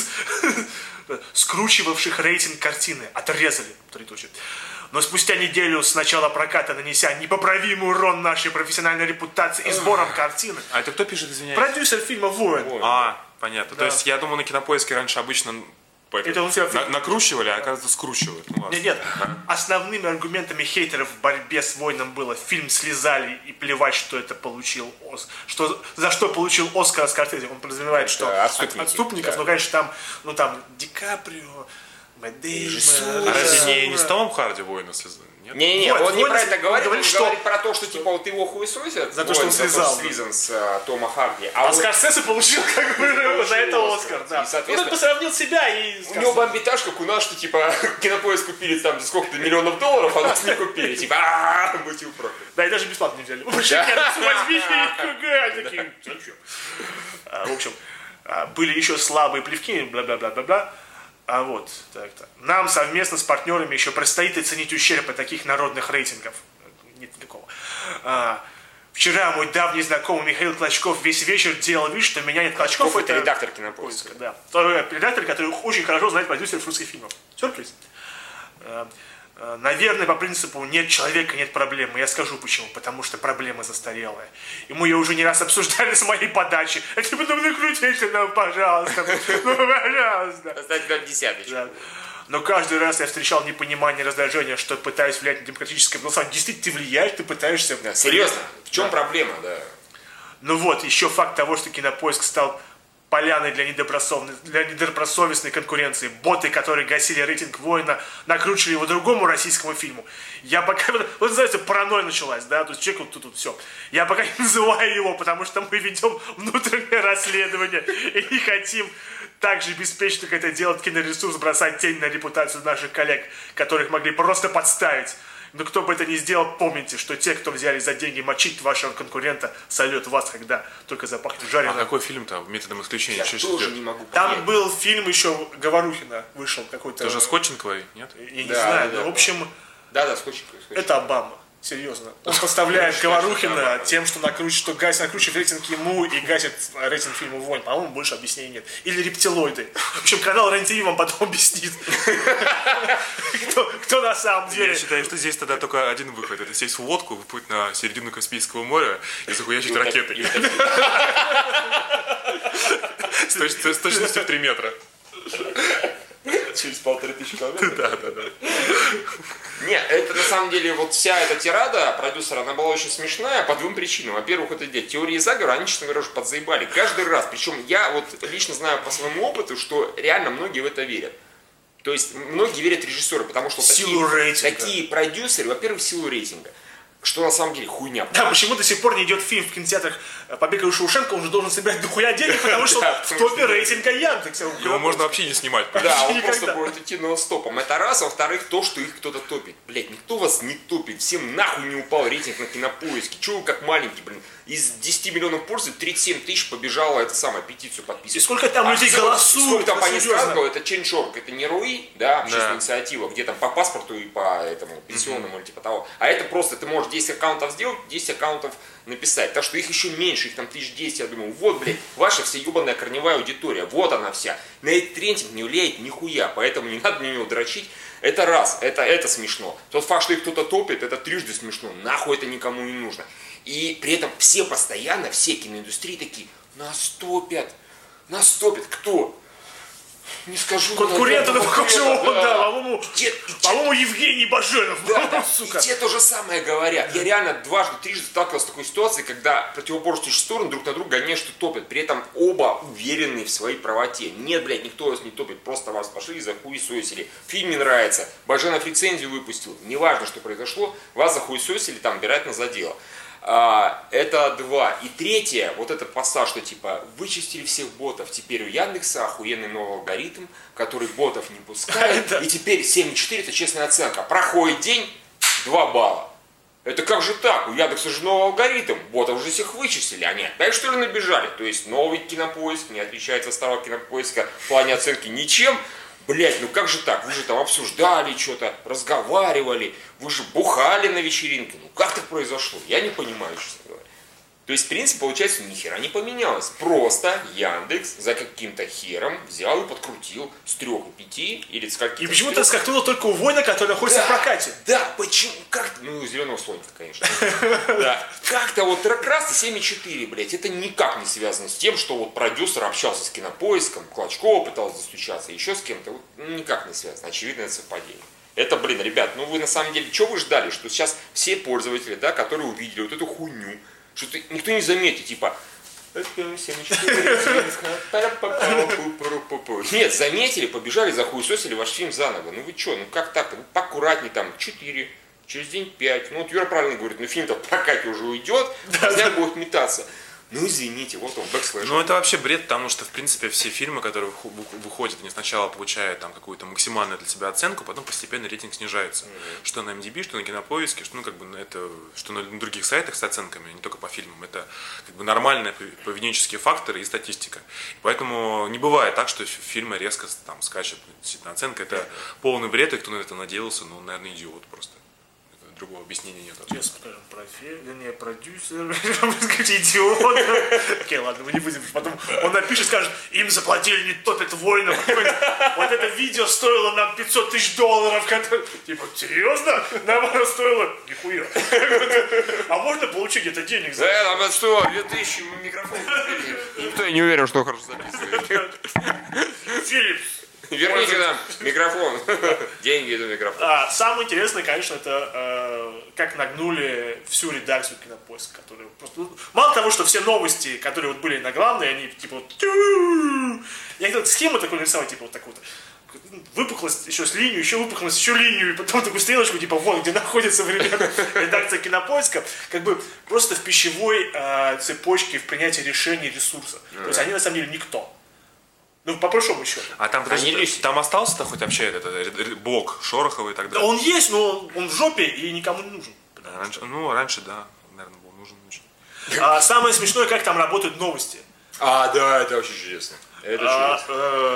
скручивавших рейтинг картины. Отрезали. Триточие. Но спустя неделю с начала проката, нанеся непоправимый урон нашей профессиональной репутации и сбором картины, А это кто пишет, извиняюсь? продюсер фильма «Воин». А, понятно. Да. То есть я думал, на Кинопоиске раньше обычно по- Это он себя- на- накручивали, а оказывается скручивают. Ну, ладно. Нет, нет. Основными аргументами хейтеров в борьбе с «Воином» было фильм слезали и плевать, что это получил Оз... что за что получил Оскар Скорсезе. Он подразумевает, что Это отступники, от- отступников, да. но, конечно, там, ну там Ди Каприо, Мэтт Дэймон, Режиссура. А разве не, не режиссура. с Томом Харди воина слезали? Нет? Не-не-не, Вот, он не Воин- про это говорит, говорит, он что- говорит про то, что типа вот его хуесосят. За то, что он слезал. слизан с а, Тома Харди. А А вот Скорсезе получил как бы Получил за это Оскар. Оскар. Да. И, соответственно, Ну, он посравнил себя и у него Скорсезе. бомбитаж, как у нас, что типа Кинопоиск купили там за сколько-то миллионов долларов, а нас не купили. Типа, ааа, будьте вы прокляты. Да, и даже бесплатно не взяли. Вообще, кажется, возьмите и КГ. Они такие, зачем? А, В общем, а, были еще слабые плевки, бла-бла-бла-бла-бла. А вот, так-то. Нам совместно с партнерами еще предстоит оценить ущерб от таких народных рейтингов. Нет никакого. А, вчера мой давний знакомый Михаил Клочков весь вечер делал вид, что меня нет Клочков. Клочков это редактор Кинопоиска. Да. Второй редактор, который очень хорошо знает продюсеров русских фильмов. Сюрприз. А, а, Наверное, по принципу «нет человека, нет проблемы». Я скажу почему. Потому что проблема застарелая. И мы ее уже не раз обсуждали с моей подачи. А типа, ну накрутите нам, пожалуйста. Ну, пожалуйста. Поставьте нам десяточку. Да. Но каждый раз я встречал непонимание, раздражение, что пытаюсь влиять на демократическое голосование. Действительно, ты влияешь, ты пытаешься... Да, серьезно, в чем Да. проблема, да? Ну вот, еще факт того, что Кинопоиск стал поляной для недобросовестной, для недобросовестной конкуренции. Боты, которые гасили рейтинг «Воина», накручивали его другому российскому фильму. Я пока... Вот, знаете, паранойя началась, да? То есть человек вот тут, тут все. Я пока не называю его, потому что мы ведем внутреннее расследование и не хотим так же беспечно, как это делает киноресурс, бросать тень на репутацию наших коллег, которых могли просто подставить. Но кто бы это ни сделал, помните, что те, кто взяли за деньги мочить вашего конкурента, сольет вас, когда только запахнет А жареным. какой фильм-то методом исключения? Я Что тоже идет? не могу Там понять. был фильм еще Говорухина, вышел какой-то... Тоже с Ходченковой? Нет? Я не Да, знаю, да, но в да. общем, Да-да, скотчик. скотчик. это Обама. Серьезно. Он подставляет Говорухина тем, что накручивает, что гасит, накручивает рейтинг ему и гасит рейтинг фильма «Вонь». По-моему, больше объяснений нет. Или рептилоиды. В общем, канал РЕН-ТВ вам потом объяснит, кто, кто на самом деле. Я считаю, что здесь тогда только один выход. Это сесть в лодку, выплыть на середину Каспийского моря и захуячить ракетой. С точностью в три метра. Через полторы тысячи километров? Да, да, да. Нет, это на самом деле вот вся эта тирада продюсера, она была очень смешная по двум причинам. Во-первых, это где теории заговора, они, честно говоря, уже подзаебали. Каждый раз, причем я вот лично знаю по своему опыту, что реально многие в это верят. То есть многие верят режиссеру, потому что такие, такие продюсеры, во-первых, в силу рейтинга. Что на самом деле хуйня. Да, почему до сих пор не идет фильм в кинотеатрах «Побег из Шоушенка», он же должен собирать дохуя денег, потому что в топе рейтинга Яндекса. Его можно вообще не снимать. Да, он просто будет идти нон-стопом. Это раз, а во-вторых, то, что их кто-то топит. Блять, никто вас не топит, всем нахуй не упал рейтинг на Кинопоиске. Чего вы как маленький, блин? Из десяти миллионов пользователей тридцать семь тысяч побежало это самое, петицию подписывать. И сколько там а людей сколько, голосуют? Сколько там по несколько было, это Change точка орг, это не РУИ, да, общественная да. инициатива, где там по паспорту и по этому пенсионному mm-hmm. или типа того. А это просто, ты можешь десять аккаунтов сделать, десять аккаунтов написать. Так что их еще меньше, их там тысяч десять, я думаю, вот, блядь, ваша вся ебаная корневая аудитория, вот она вся. На этот рейтинг не влияет нихуя, поэтому не надо на него дрочить. Это раз, это, это смешно. Тот факт, что их кто-то топит, это трижды смешно. Нахуй это никому не нужно. И при этом все постоянно, все киноиндустрии такие, нас топят, нас топят. Кто? Не скажу. Конкуренты, да, да, да, по-моему, по-моему, Евгений Баженов. Да, да, сука. И те то же самое говорят. Я реально дважды, трижды сталкивался с такой ситуацией, когда противоборствующие стороны друг на друга гоняют, что топят. При этом оба уверены в своей правоте. Нет, блядь, никто вас не топит, просто вас пошли захуесосили. Фильм не нравится, Баженов рецензию выпустил. Неважно, что произошло, вас захуесосили, там, вероятно, за дело. А, это два. И третье, вот этот пассаж, что типа вычистили всех ботов, теперь у Яндекса охуенный новый алгоритм, который ботов не пускает, и теперь семь целых четыре это честная оценка. Проходит день, два балла. Это как же так? У Яндекса же новый алгоритм, ботов уже всех вычислили, они опять что ли набежали? То есть новый Кинопоиск не отличается от старого Кинопоиска в плане оценки ничем. Блять, ну как же так? Вы же там обсуждали что-то, разговаривали, вы же бухали на вечеринке. Ну как так произошло? Я не понимаю, честно говоря. То есть, в принципе, получается, ни хера не поменялось. Просто Яндекс за каким-то хером взял и подкрутил с трех и пяти или с каких-то. И почему-то скакнуло только у Война, который находится да, в прокате. Да, почему? Как? Ну, зеленого слоника, конечно. Да. Как-то вот раз и семь и четыре, блядь, это никак не связано с тем, что вот продюсер общался с Кинопоиском, Клочкова пытался достучаться, еще с кем-то. Вот никак не связано. Очевидно, это совпадение. Это, блин, ребят, ну вы на самом деле, что вы ждали? Что сейчас все пользователи, да, которые увидели вот эту хуйню, что никто не заметит, типа, нет, заметили, побежали, захуесосили ваш фильм заново. Ну вы что, ну как так? Ну поаккуратней там, четыре, через день пять. Ну вот Юра правильно говорит, ну фильм-то в прокате уже уйдет, а зря будет метаться. Ну извините, вот он, бэкслэш. Ну это вообще бред, потому что в принципе все фильмы, которые выходят, они сначала получают там какую-то максимальную для себя оценку, потом постепенно рейтинг снижается. Mm-hmm. Что на эм ди би, что на Кинопоиске, что, ну, как бы, это, что на других сайтах с оценками, не только по фильмам. Это как бы нормальные поведенческие факторы и статистика. И поэтому не бывает так, что фильмы резко там скачут. Действительно, оценка это mm-hmm. полный бред, и кто на это надеялся, ну, наверное, идиот просто. Другого объяснения нет. Сейчас скажем, профессор, не продюсер, идиот. Окей, ладно, мы не будем. Потом он напишет, скажет, им заплатили не топят воинов. Вот это видео стоило нам пятьсот тысяч долларов. Типа, серьезно? Нам стоило нихуя. А можно получить где-то денег за это? Да, нам стоило две тысячи микрофон. Никто я не уверен, что хорошо записывает. Филипс. Верните нам микрофон. Деньги за микрофон. А, самое интересное, конечно, это э, как нагнули всю редакцию Кинопоиска, которая просто. Ну, мало того, что все новости, которые вот были на главной, они типа вот. Я хотел схему такую нарисовать, типа вот такую вот. Выпуклость еще с линию, еще выпуклость, еще линию, и потом такую стрелочку, типа вот, где находится редакция Кинопоиска, как бы просто в пищевой э, цепочке в принятии решений ресурса. То есть они на самом деле никто. Ну, по большому счету. А там, подожди, там остался-то хоть вообще этот блок Шорохова и так далее? Да он есть, но он в жопе и никому не нужен. Раньше, ну, раньше, да, наверное, был нужен очень. А самое смешное, как там работают новости. А, да, это очень чудесно. Это а, э,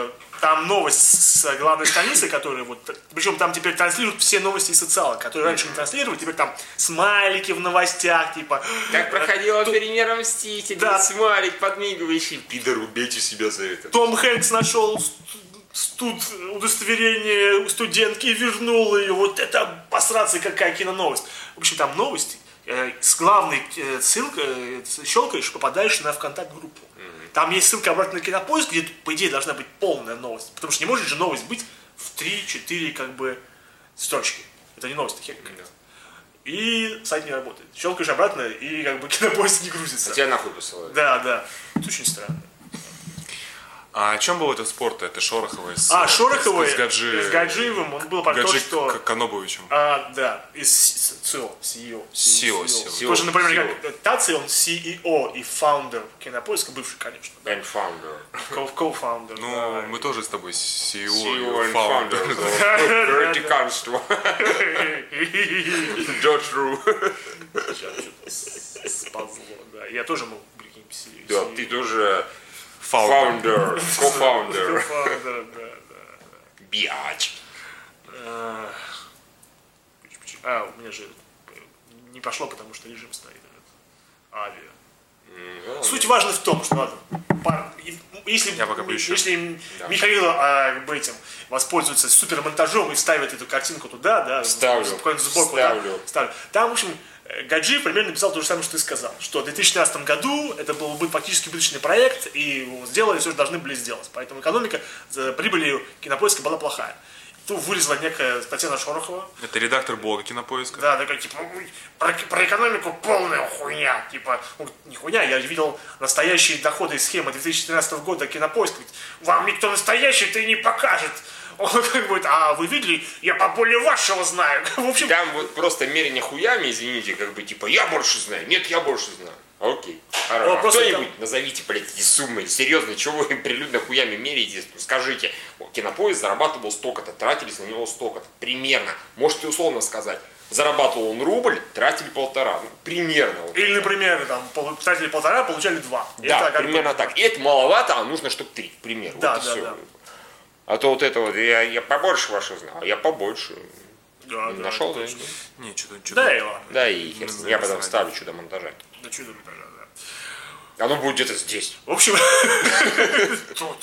там новость с главной страницы, которая вот, причем там теперь транслируют все новости из социала, которые раньше не транслировали, теперь там смайлики в новостях, типа. Как проходила примера Мститель, Да. смайлик подмигивающий, пидор, убейте себя за это. Том Хэнкс нашел тут удостоверение у студентки и вернул ее. Вот это посраться, какая киноновость. В общем, там новости. Э, С главной э, ссылкой э, щелкаешь, попадаешь на ВКонтакт-группу. Там есть ссылка обратно на Кинопоиск, где, по идее, должна быть полная новость. Потому что не может же новость быть в три-четыре как бы строчки. Это не новость, это какая-то. И сайт не работает. Щелкаешь обратно, и как бы Кинопоиск не грузится. А тебя нахуй посылают. Да, да. Это очень странно. А о чем был этот спорт? Это Шороховой с, А, Шороховой с, с, Гаджи, с Гаджиевым, он был про то, Гаджи что... К- Канобовичем. А, да, из СИО. СИО. СИО, СИО. Тоже, например, как Таци, он си и о и фаундер Кинопоиска, бывший, конечно. Да. And founder. Co- Co-founder. Ну, да. мы тоже с тобой си и о, си и о и and фаундер. founder. Verticanство. Dodge Rue. Сейчас что-то сползло, да. Я тоже мог прикинь, си и Да, о. ты тоже Фаундер. founder, co-founder. Фаундер, да, да. Биач. А, А, у меня же не пошло, потому что режим стоит. Авиа. Суть важна в том, что ладно, пар- и- если, Я пока поищу. если Михаил а, как бы этим воспользуется супермонтажом и вставит эту картинку туда, да, Ставлю. буквально сбоку, Ставлю. Да, ставлю. Там, в общем, Гаджиев примерно написал то же самое, что ты сказал, что в две тысячи тринадцатом году это был бы фактически убыточный проект, и сделали все, что должны были сделать. Поэтому экономика за прибыли Кинопоиска была плохая. Тут вылезла некая Татьяна Шорохова. Это редактор блога Кинопоиска. Да, такая, типа, «Ой, про, про экономику полная хуйня. Типа, ну, не хуйня, я видел настоящие доходы и схемы две тысячи тринадцатого года Кинопоиск. Говорит, вам никто настоящий-то и не покажет. Он как будет, а вы видели, я поболее вашего знаю. В общем, Там вот просто мерение хуями, извините, как бы типа я больше знаю, нет, я больше знаю. Окей. Хорошо. О, А просто кто-нибудь назовите, блядь, эти суммы. Серьезно, чего вы прилюдно хуями меряете? Скажите, о, Кинопоиск зарабатывал столько-то, тратились на него столько-то. Примерно. Можете условно сказать. Зарабатывал он рубль, тратили полтора. Ну, примерно. Вот. или, например, там, пол- тратили полтора, получали два. И Да, это как бы- примерно так. И это маловато, а нужно, чтобы три, к примеру. Да, вот и да, всё. да. А то вот это вот, я, я побольше вашего знаю, а я побольше. Да, да, Нашел, это да? точно. Не, что-то... Да, и ладно. Да, и хер с ним. Я потом вставлю чудо монтажа. Да чудо монтажа, да. Оно будет где-то здесь. В общем, тут.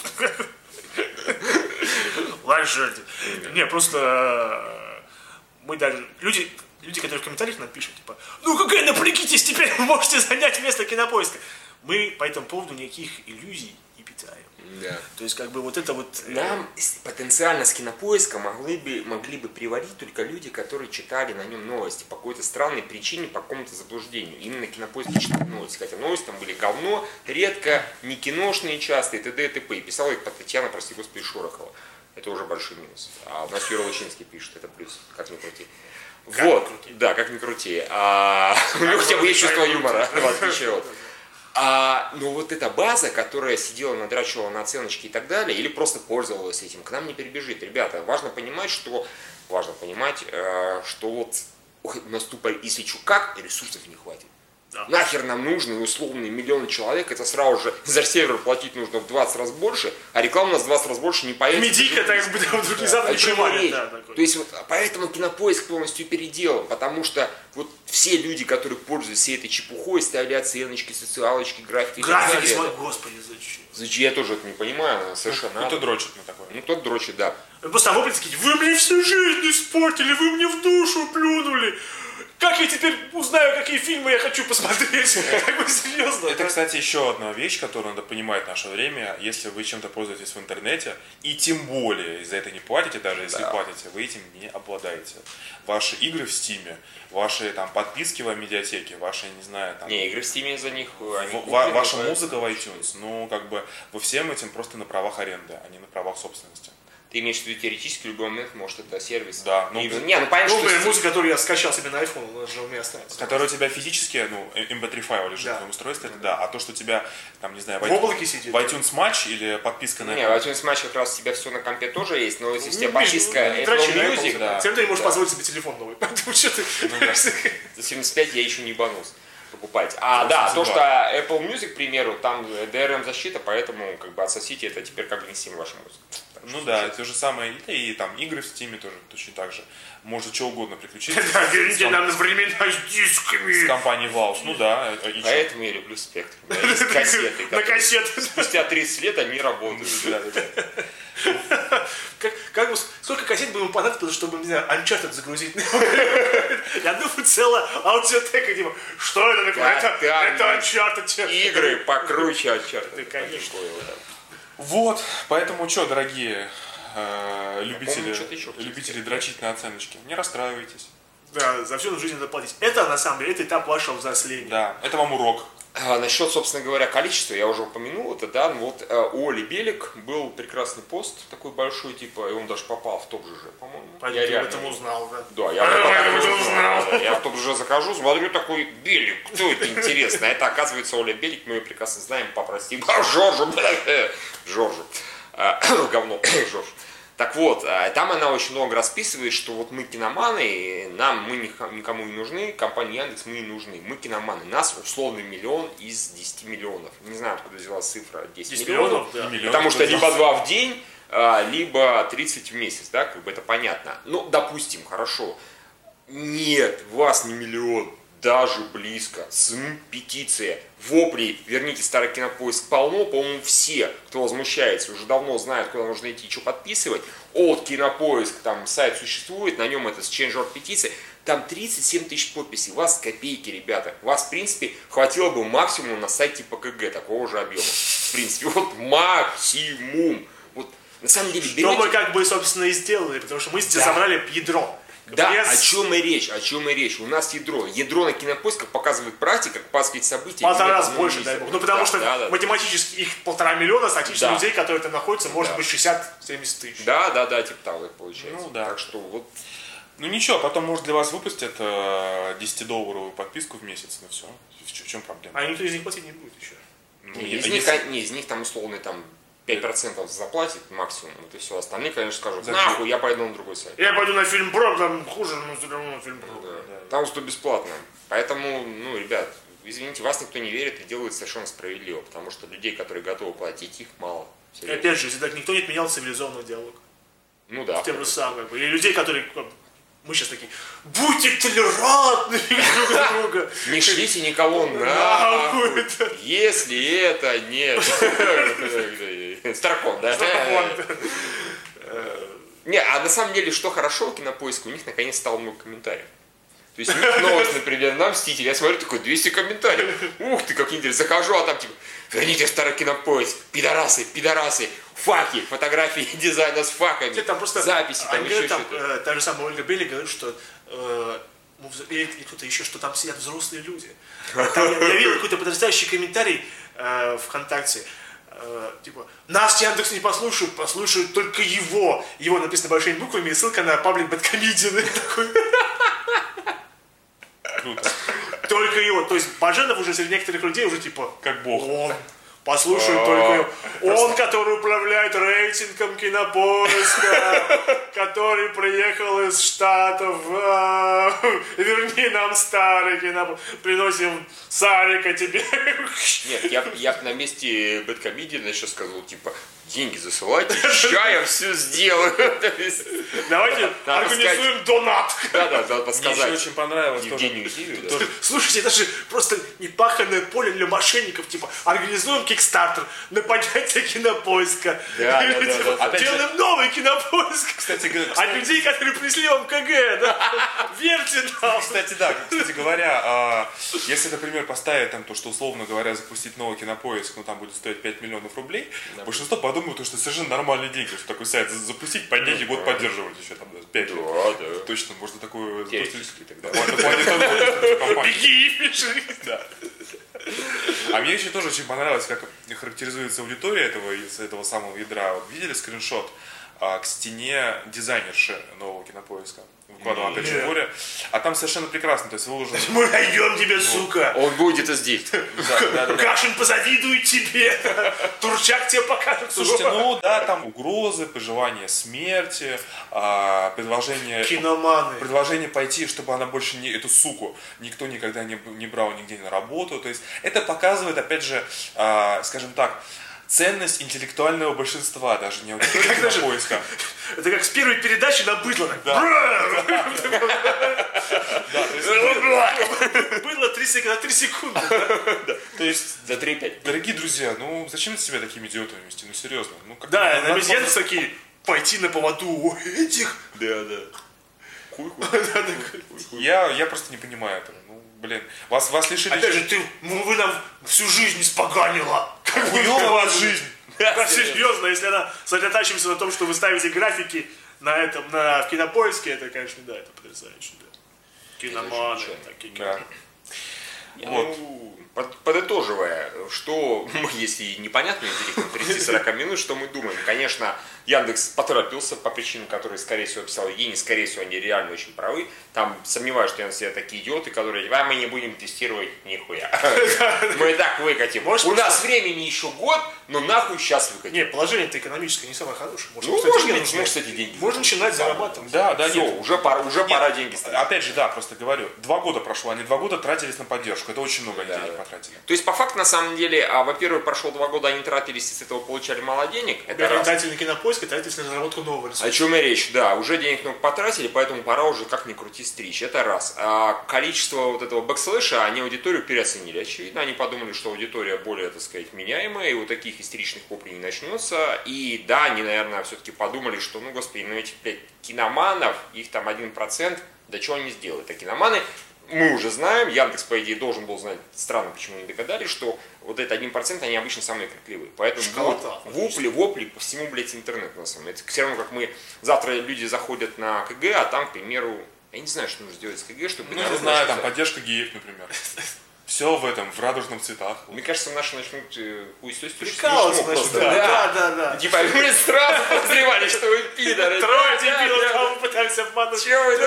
Ложите. Не, просто э, мы даже, люди, люди, которые в комментариях нам пишут, типа, ну какая напрягитесь, теперь вы можете занять место Кинопоиска. Мы по этому поводу никаких иллюзий не питаем. Да. То есть, как бы вот это вот... э, Нам с- потенциально с Кинопоиска могли бы, могли бы приводить только люди, которые читали на нем новости по какой-то странной причине, по какому-то заблуждению. Именно Кинопоиск читали новости. Хотя новости там были говно, редко, не киношные часто, и т.д. и т.п. И писала их Татьяна, прости господи, Шорохова. Это уже большой минус. А у нас Юра Лучинский пишет, это плюс, как ни крути. Как Вот, ни крути. да, как ни крути. А, у него хотя бы есть чувство юмора, в отличие от... А, но вот эта база, которая сидела, надрачивала на оценочки и так далее, или просто пользовалась этим, к нам не перебежит. Ребята, важно понимать, что важно понимать, э, что вот ох, у нас тупо, если чё как, ресурсов не хватит. Да. Нахер нам нужны условные миллионы человек, это сразу же за сервер платить нужно в двадцать раз больше, а реклама у нас в двадцать раз больше не появится. Медика, так бы, да, вот другие О завтра не чем понимали. речь? Да, такой. То есть вот поэтому Кинопоиск полностью переделан, потому что вот все люди, которые пользуются всей этой чепухой, ставили оценочки, социалочки, графики и так Графики, далее. смотри, господи, зачем? Зачем? Я тоже это не понимаю, совершенно. Кто дрочит на такое? Ну тот дрочит, да. Просто там вопли такие, вы мне всю жизнь испортили, вы мне в душу плюнули. Как я теперь узнаю, какие фильмы я хочу посмотреть? Как бы серьезно. Это, кстати, еще одна вещь, которую надо понимать в наше время. Если вы чем-то пользуетесь в интернете, и тем более за это не платите, даже если Да. платите, вы этим не обладаете. Ваши игры в Стиме, ваши там подписки в медиатеке, ваши, не знаю, там... Не, игры в Steam за них... они в- куплены, ва- ваша поэтому- музыка в iTunes, ну, как бы, вы всем этим просто на правах аренды, а не на правах собственности. Ты имеешь в виду теоретически в любой момент, может, это сервис. Да, ну, И- не, ну понятно, Ну, что... например, Steam- музыка, которую я скачал себе на iPhone, она же у меня останется. Который у тебя физически, ну, эм пэ три файл лежит Да. в твоем устройстве, это да. А то, что у тебя, там, не знаю, в, В облаке сидит. в iTunes Match или подписка на Не, в iTunes Match как раз у тебя все на компе тоже есть, но если у тебя Ну, подписка не Apple трачи на Music, Apple, да, Тем ты не можешь да. позволить себе телефон новый. Поэтому что ты... За семьдесят пять я еще не ебанулся покупать. А, да, то, восемьдесят что два. Apple Music, к примеру, там ди ар эм защита, поэтому как бы отсосите это теперь как бы не всем вашим музыку. Ну да, то же самое, и там игры в Steam тоже точно так же. Может что угодно приключиться. Да, верните нам времена с дисками. С компанией Valve, ну да. И Поэтому я люблю Спектр. У меня есть кассеты. На кассеты. Спустя тридцать лет они работают. Как, как бы, сколько кассет бы ему понадобилось, чтобы, не знаю, Uncharted загрузить? Я думаю, целая аудиотека, типа, что это такое? Это, это Uncharted. Игры покруче Uncharted. Конечно. Вот, поэтому что, дорогие э, любители, что-то еще хотел любители сказать. дрочить на оценочки, не расстраивайтесь. Да, за всю жизнь надо платить. Это, на самом деле, это этап вашего взросления. Да, это вам урок. А, насчет, собственно говоря, количества, я уже упомянул это, да, ну вот э, у Оли Белик был прекрасный пост, такой большой, типа, и он даже попал в топ ЖЖ, по-моему. Я об этом узнал, да. Да, я об этом узнал. Да. Я в топ ЖЖ захожу, смотрю, такой, Белик, кто это, интересно? Это, оказывается, Оля Белик, мы ее прекрасно знаем, попросим. Жоржу, Жоржу, говно, Жорж. Так вот, там она очень много расписывает, что вот мы киноманы, нам мы никому не нужны, компании Яндекс мы не нужны. Мы киноманы, нас условный миллион из десяти миллионов. Не знаю, откуда взялась цифра десять, десять миллионов, да. Потому что либо два в день, либо тридцать в месяц, да, как бы это понятно. Ну, допустим, хорошо. Нет, вас не миллион. Даже близко. СМ, петиция, вопли, верните старый Кинопоиск полно, по-моему, все, кто возмущается, уже давно знают, куда нужно идти, что подписывать. От Кинопоиск, там сайт существует, на нем это с change дот орг петиция, там тридцать семь тысяч подписей, у вас копейки, ребята. Вас, в принципе, хватило бы максимум на сайте по ка гэ такого же объема. В принципе, вот максимум. Вот, на самом деле, берете... Что мы как бы, собственно, и сделали, потому что мы здесь Да. забрали ядро. Да, Без... о чем и речь, о чем и речь. У нас ядро. Ядро на Кинопоиск, как показывает практика, как показывает события. Полтора нет раз одного больше, месяца. дай бог. Ну, потому Да, что да, да. математически их полтора миллиона, статично Да. людей, которые там находятся, может Да. быть шестьдесят-семьдесят тысяч. Да, да, да, типа того это получается. Ну, да. Так что вот. Ну ничего, потом, может, для вас выпустят э, десятидолларовую подписку в месяц, ну все. В, ч- в чем проблема? А никто из них платить не будет еще. Ну, Не, е- из, а них, если- не, из них там условно там пять процентов заплатит максимум, вот и все. Остальные, конечно, скажут, За нахуй, я пойду на другой сайт. Я пойду на фильм Про, там хуже, но все равно на фильм Про. Да. Там что бесплатно. Поэтому, ну, ребят, извините, вас никто не верит и делает совершенно справедливо, потому что людей, которые готовы платить, их мало. И Серьезно. опять же, если так никто не отменял цивилизованный диалог. Ну да. Тем же самым. И людей, которые... как бы, мы сейчас такие, будьте толерантны друг друга. Не шлите никого Нахуй, нахуй, да. если это нет. Старком, да? Не, а на самом деле, что хорошо у Кинопоиска, у них наконец стало много комментариев. То есть у них новость, например, на Мститель, я смотрю, такой, двести комментариев. Ух ты, как интересно. Захожу, а там типа, верните старый Кинопоиск, пидорасы, пидорасы, факи, фотографии дизайна с факами, Там просто записи, там они еще говорят, там, что-то. э, та же самая Ольга Белли говорит, что э, ну, вз- или кто-то еще, что там сидят взрослые люди. Там, я, я видел какой-то потрясающий комментарий э, ВКонтакте. Э, типа, нас Яндекс не послушают, послушают только его. Его написано большими буквами, и ссылка на паблик Бэдкомедиан. Круто. Только его. То есть Баженов уже среди некоторых людей уже типа... Как бог. Он. Послушают только его. Он, который управляет рейтингом Кинопоиска, который приехал из Штатов. а, Верни нам старый Кинопоиск. Приносим Сарика тебе. Нет, я, я б на месте Бэдкомедиана еще сказал, типа, деньги засылайте, ща я все сделаю. То есть, Давайте надо организуем донат. Да, да, надо Мне еще подсказать. очень понравилось тоже. Евгению Евгеньевичу, да. Слушайте, это же просто непаханное поле для мошенников. Типа, организуем Кикстартер на поднятие Кинопоиска. Да, да, да, Типа, да. Опять же- делаем новый Кинопоиск. Кстати, г- От кстати- людей, которые пришли вам ка гэ, да? Верьте нам. Кстати, да, кстати говоря, а, если, например, поставить там то, что, условно говоря, запустить новый Кинопоиск, ну там будет стоить пять миллионов рублей, большинство подумают, что это совершенно нормальные деньги, что такой сайт запустить, поднять и год поддерживать еще там пять лет. Да, да. Точно, можно такое Теоретически тогда. запустить. В плане того, что компания. Беги и пиши. Да. А мне еще тоже очень понравилось, как характеризуется аудитория этого, из этого самого ядра. Вот видели скриншот а, к стене дизайнерши нового Кинопоиска? Выкладывал опять же Нет. Боря. А там совершенно прекрасно, то есть выложено. Мы найдем тебя, сука. Он будет это здесь. Да, да, да. Кашин позавидует тебе. Турчак тебе покажет. Слушайте, ну да, там угрозы, пожелания смерти, а, предложение, Киноманы. предложение пойти, чтобы она больше не, эту суку никто никогда не, не брал нигде на работу. То есть это показывает, опять же, а, скажем так, ценность интеллектуального большинства, даже не аудитория Кинопоиска. Это как с первой передачи на быдло. Быдло три секунды. То есть, за три-пять. дорогие друзья, ну зачем себя такими идиотами вести? Ну серьезно. Да, обезьяны такие, пойти на поводу у этих. Да, да. Хуй-хуй. Я, я просто не понимаю этого. Ну, блин, вас, вас лишили... Опять же, ты, вы нам всю жизнь испоганила. Хуёва у вас жизнь. Да, серьезно, если она сосредотачивается на том, что вы ставите графики на этом, на Кинопоиске, это, конечно, да, это потрясающе, да. Киноманы, такие да. Вот. Ну, под, подытоживая, что, если непонятно из тридцати-сорока минут, что мы думаем, конечно, Яндекс поторопился по причинам, которые, скорее всего, писал Евгений, скорее всего, они реально очень правы. Там сомневаюсь, что Яндекс такие идиоты, которые, а мы не будем тестировать нихуя. Мы и так выкатим. У нас времени еще год, но нахуй сейчас выкатим. Не, положение-то экономическое не самое хорошее. Ну, можно, может, кстати, деньги. Можно начинать зарабатывать. Да, да, все, уже пора, уже пора деньги ставить. Опять же, да, просто говорю, два года прошло, они два года тратились на поддержку. Это очень много денег потратили. То есть, по факту, на самом деле, а, во-первых, прошло два года, они тратились, и с этого получали мало денег. Это раз. Тратили на Кинопоиск, тратились на разработку нового ресурса. О чем и речь, да, уже денег много потратили, поэтому пора уже как ни крути стричь. Это раз. А количество вот этого бэкслэша, они аудиторию переоценили, очевидно. Они подумали, что аудитория более, так сказать, меняемая, и вот таких истеричных воплей не начнется. И да, они, наверное, все-таки подумали, что, ну, господи, ну этих, блядь, киноманов, их там один процент, да что они сделают? А киноманы... Мы уже знаем, Яндекс, по идее, должен был знать, странно, почему не догадались, что вот этот один процент, они обычно самые крикливые. Поэтому Школота, вопли, вопли по всему, блядь, интернету, на самом деле. Это все равно, как мы, завтра люди заходят на КГ, а там, к примеру, я не знаю, что нужно сделать с КГ, чтобы... Ну, не знаю, там, поддержка геев, например. Все в этом, в радужных цветах. Мне кажется, наши начнут хуесосить. Прикалываться начнут, да, да, да. Типа, мы сразу подозревали, что вы пидоры. Трое дебилов, кого мы пытаемся обмануть. Чего вы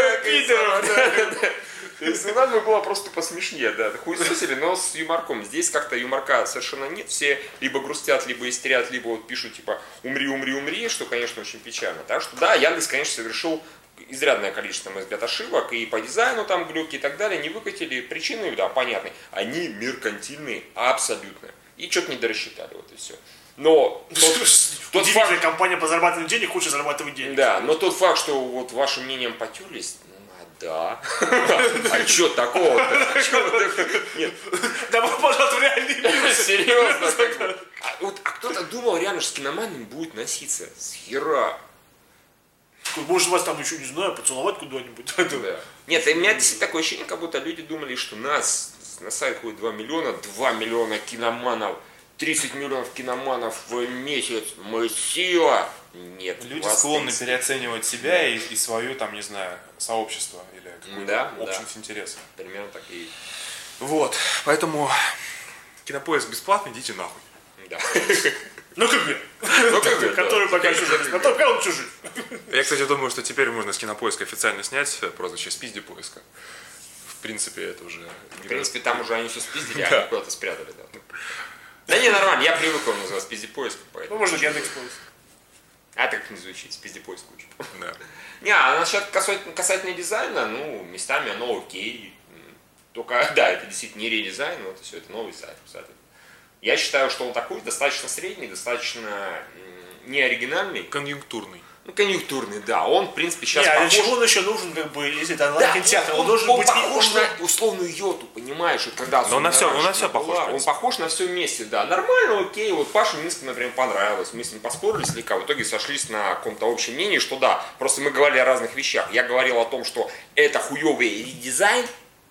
пидоры? То есть у нас бы было просто посмешнее, да, хуесосили, но с юморком. Здесь как-то юморка совершенно нет, все либо грустят, либо истерят, либо вот пишут типа «умри, умри, умри», что, конечно, очень печально. Так что да, Яндекс, конечно, совершил изрядное количество, на мой взгляд, ошибок, и по дизайну там глюки и так далее, не выкатили. Причины, да, понятны, они меркантильные абсолютно. И что-то не дорассчитали, вот и все. Но тот, тот удивительная факт, компания по зарабатыванию денег хочет зарабатывать деньги. Да, но тот факт, что вот вашим мнением потерлись, да. А что такого-то? Нет. Добро пожаловать в реальный мир. Серьезно. Вот, а кто-то думал реально, что с киноманами будет носиться. С хера. Может, вас там еще, не знаю, поцеловать куда-нибудь. Да. Нет, у меня действительно такое ощущение, как будто люди думали, что нас на сайт ходит два миллиона, два миллиона киноманов, тридцать миллионов киноманов в месяц. Мы сила. Нет. Люди склонны тридцать переоценивать себя и, и свою, там, не знаю, сообщество или какую-то да, общность да. интересов. Примерно так и есть. Вот, поэтому Кинопоиск бесплатный, идите нахуй. Да. Ну как бы. Ну как бы, который пока чужой. А то он чужой. Я, кстати, думаю, что теперь можно с Кинопоиска официально снять прозвище «Спизди поиска». В принципе, это уже... В принципе, там уже они все спиздили, а они куда-то спрятали. Да, да не, нормально, я привык его называть «Спизди поиск». Ну, можно Яндекс.Поиск. А так не звучит, «Спизди поиск» лучше. Да. Не, а насчет касательно, касательно дизайна, ну, местами оно окей. Только, да, это действительно не редизайн, но это все, это новый сайт. Я считаю, что он такой, достаточно средний, достаточно неоригинальный. Конъюнктурный. Ну, конъюнктурный, да. Он, в принципе, сейчас не, похож... а для чего он еще нужен, как бы, если это Да, онлайн-кинотеатр? он, Он, должен он быть... похож он... на условную йоту, понимаешь? Вот когда Но он на все, он на все была, похож. Он похож на все вместе, да. Нормально, окей. Вот Паше Минск, например, понравилось. Мы с ним поспорили слегка. В итоге сошлись на каком-то общем мнении, что да. Просто мы говорили о разных вещах. Я говорил о том, что это хуёвый редизайн,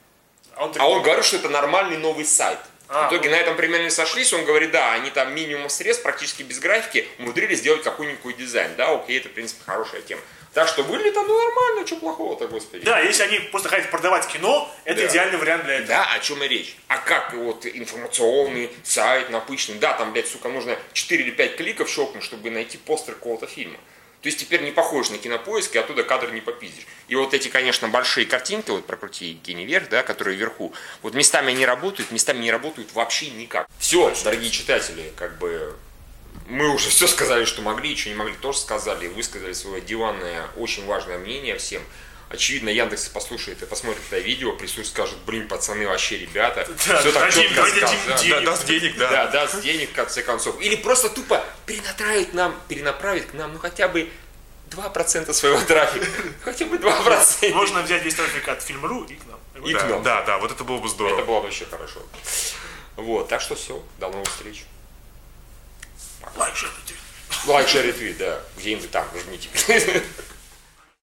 А он, а он говорит, что это нормальный новый сайт. А, в итоге ну... на этом примерно сошлись, он говорит, да, они там минимум средств, практически без графики, умудрились сделать какой-нибудь дизайн. Да, окей, это, в принципе, хорошая тема. Так что выглядит оно нормально, что плохого-то, господи. Да, если они просто хотят продавать кино, это да. идеальный вариант для этого. Да, о чем и речь. А как вот информационный сайт напыщенный, да, там, блядь, сука, нужно четыре или пять кликов щелкнуть, чтобы найти постер какого-то фильма. То есть теперь не похож на Кинопоиск, и оттуда кадр не попиздишь. И вот эти, конечно, большие картинки, вот прокрути Евгений вверх, да, которые вверху, вот местами они работают, местами не работают вообще никак. Все, дорогие читатели, как бы мы уже все сказали, что могли, что не могли, тоже сказали, высказали свое диванное, очень важное мнение всем. очевидно, Яндекс послушает и посмотрит это видео, присутствует, скажет, блин, пацаны, вообще ребята, Да, все так дадим, четко давай дадим сказано. денег. Да, даст денег, да. Да, даст денег в конце концов. Или просто тупо перенаправить нам, перенаправить к нам, ну хотя бы два процента своего трафика. Хотя бы два процента. Можно взять весь трафик от Фильм.ру и к нам. И к Да, нам. да, да, вот это было бы Это здорово. было бы вообще хорошо. Вот, так что все, до новых встреч. Лайк, шер, ретвит. Лайк, шер, ретвит, да. Где-нибудь там, жмите.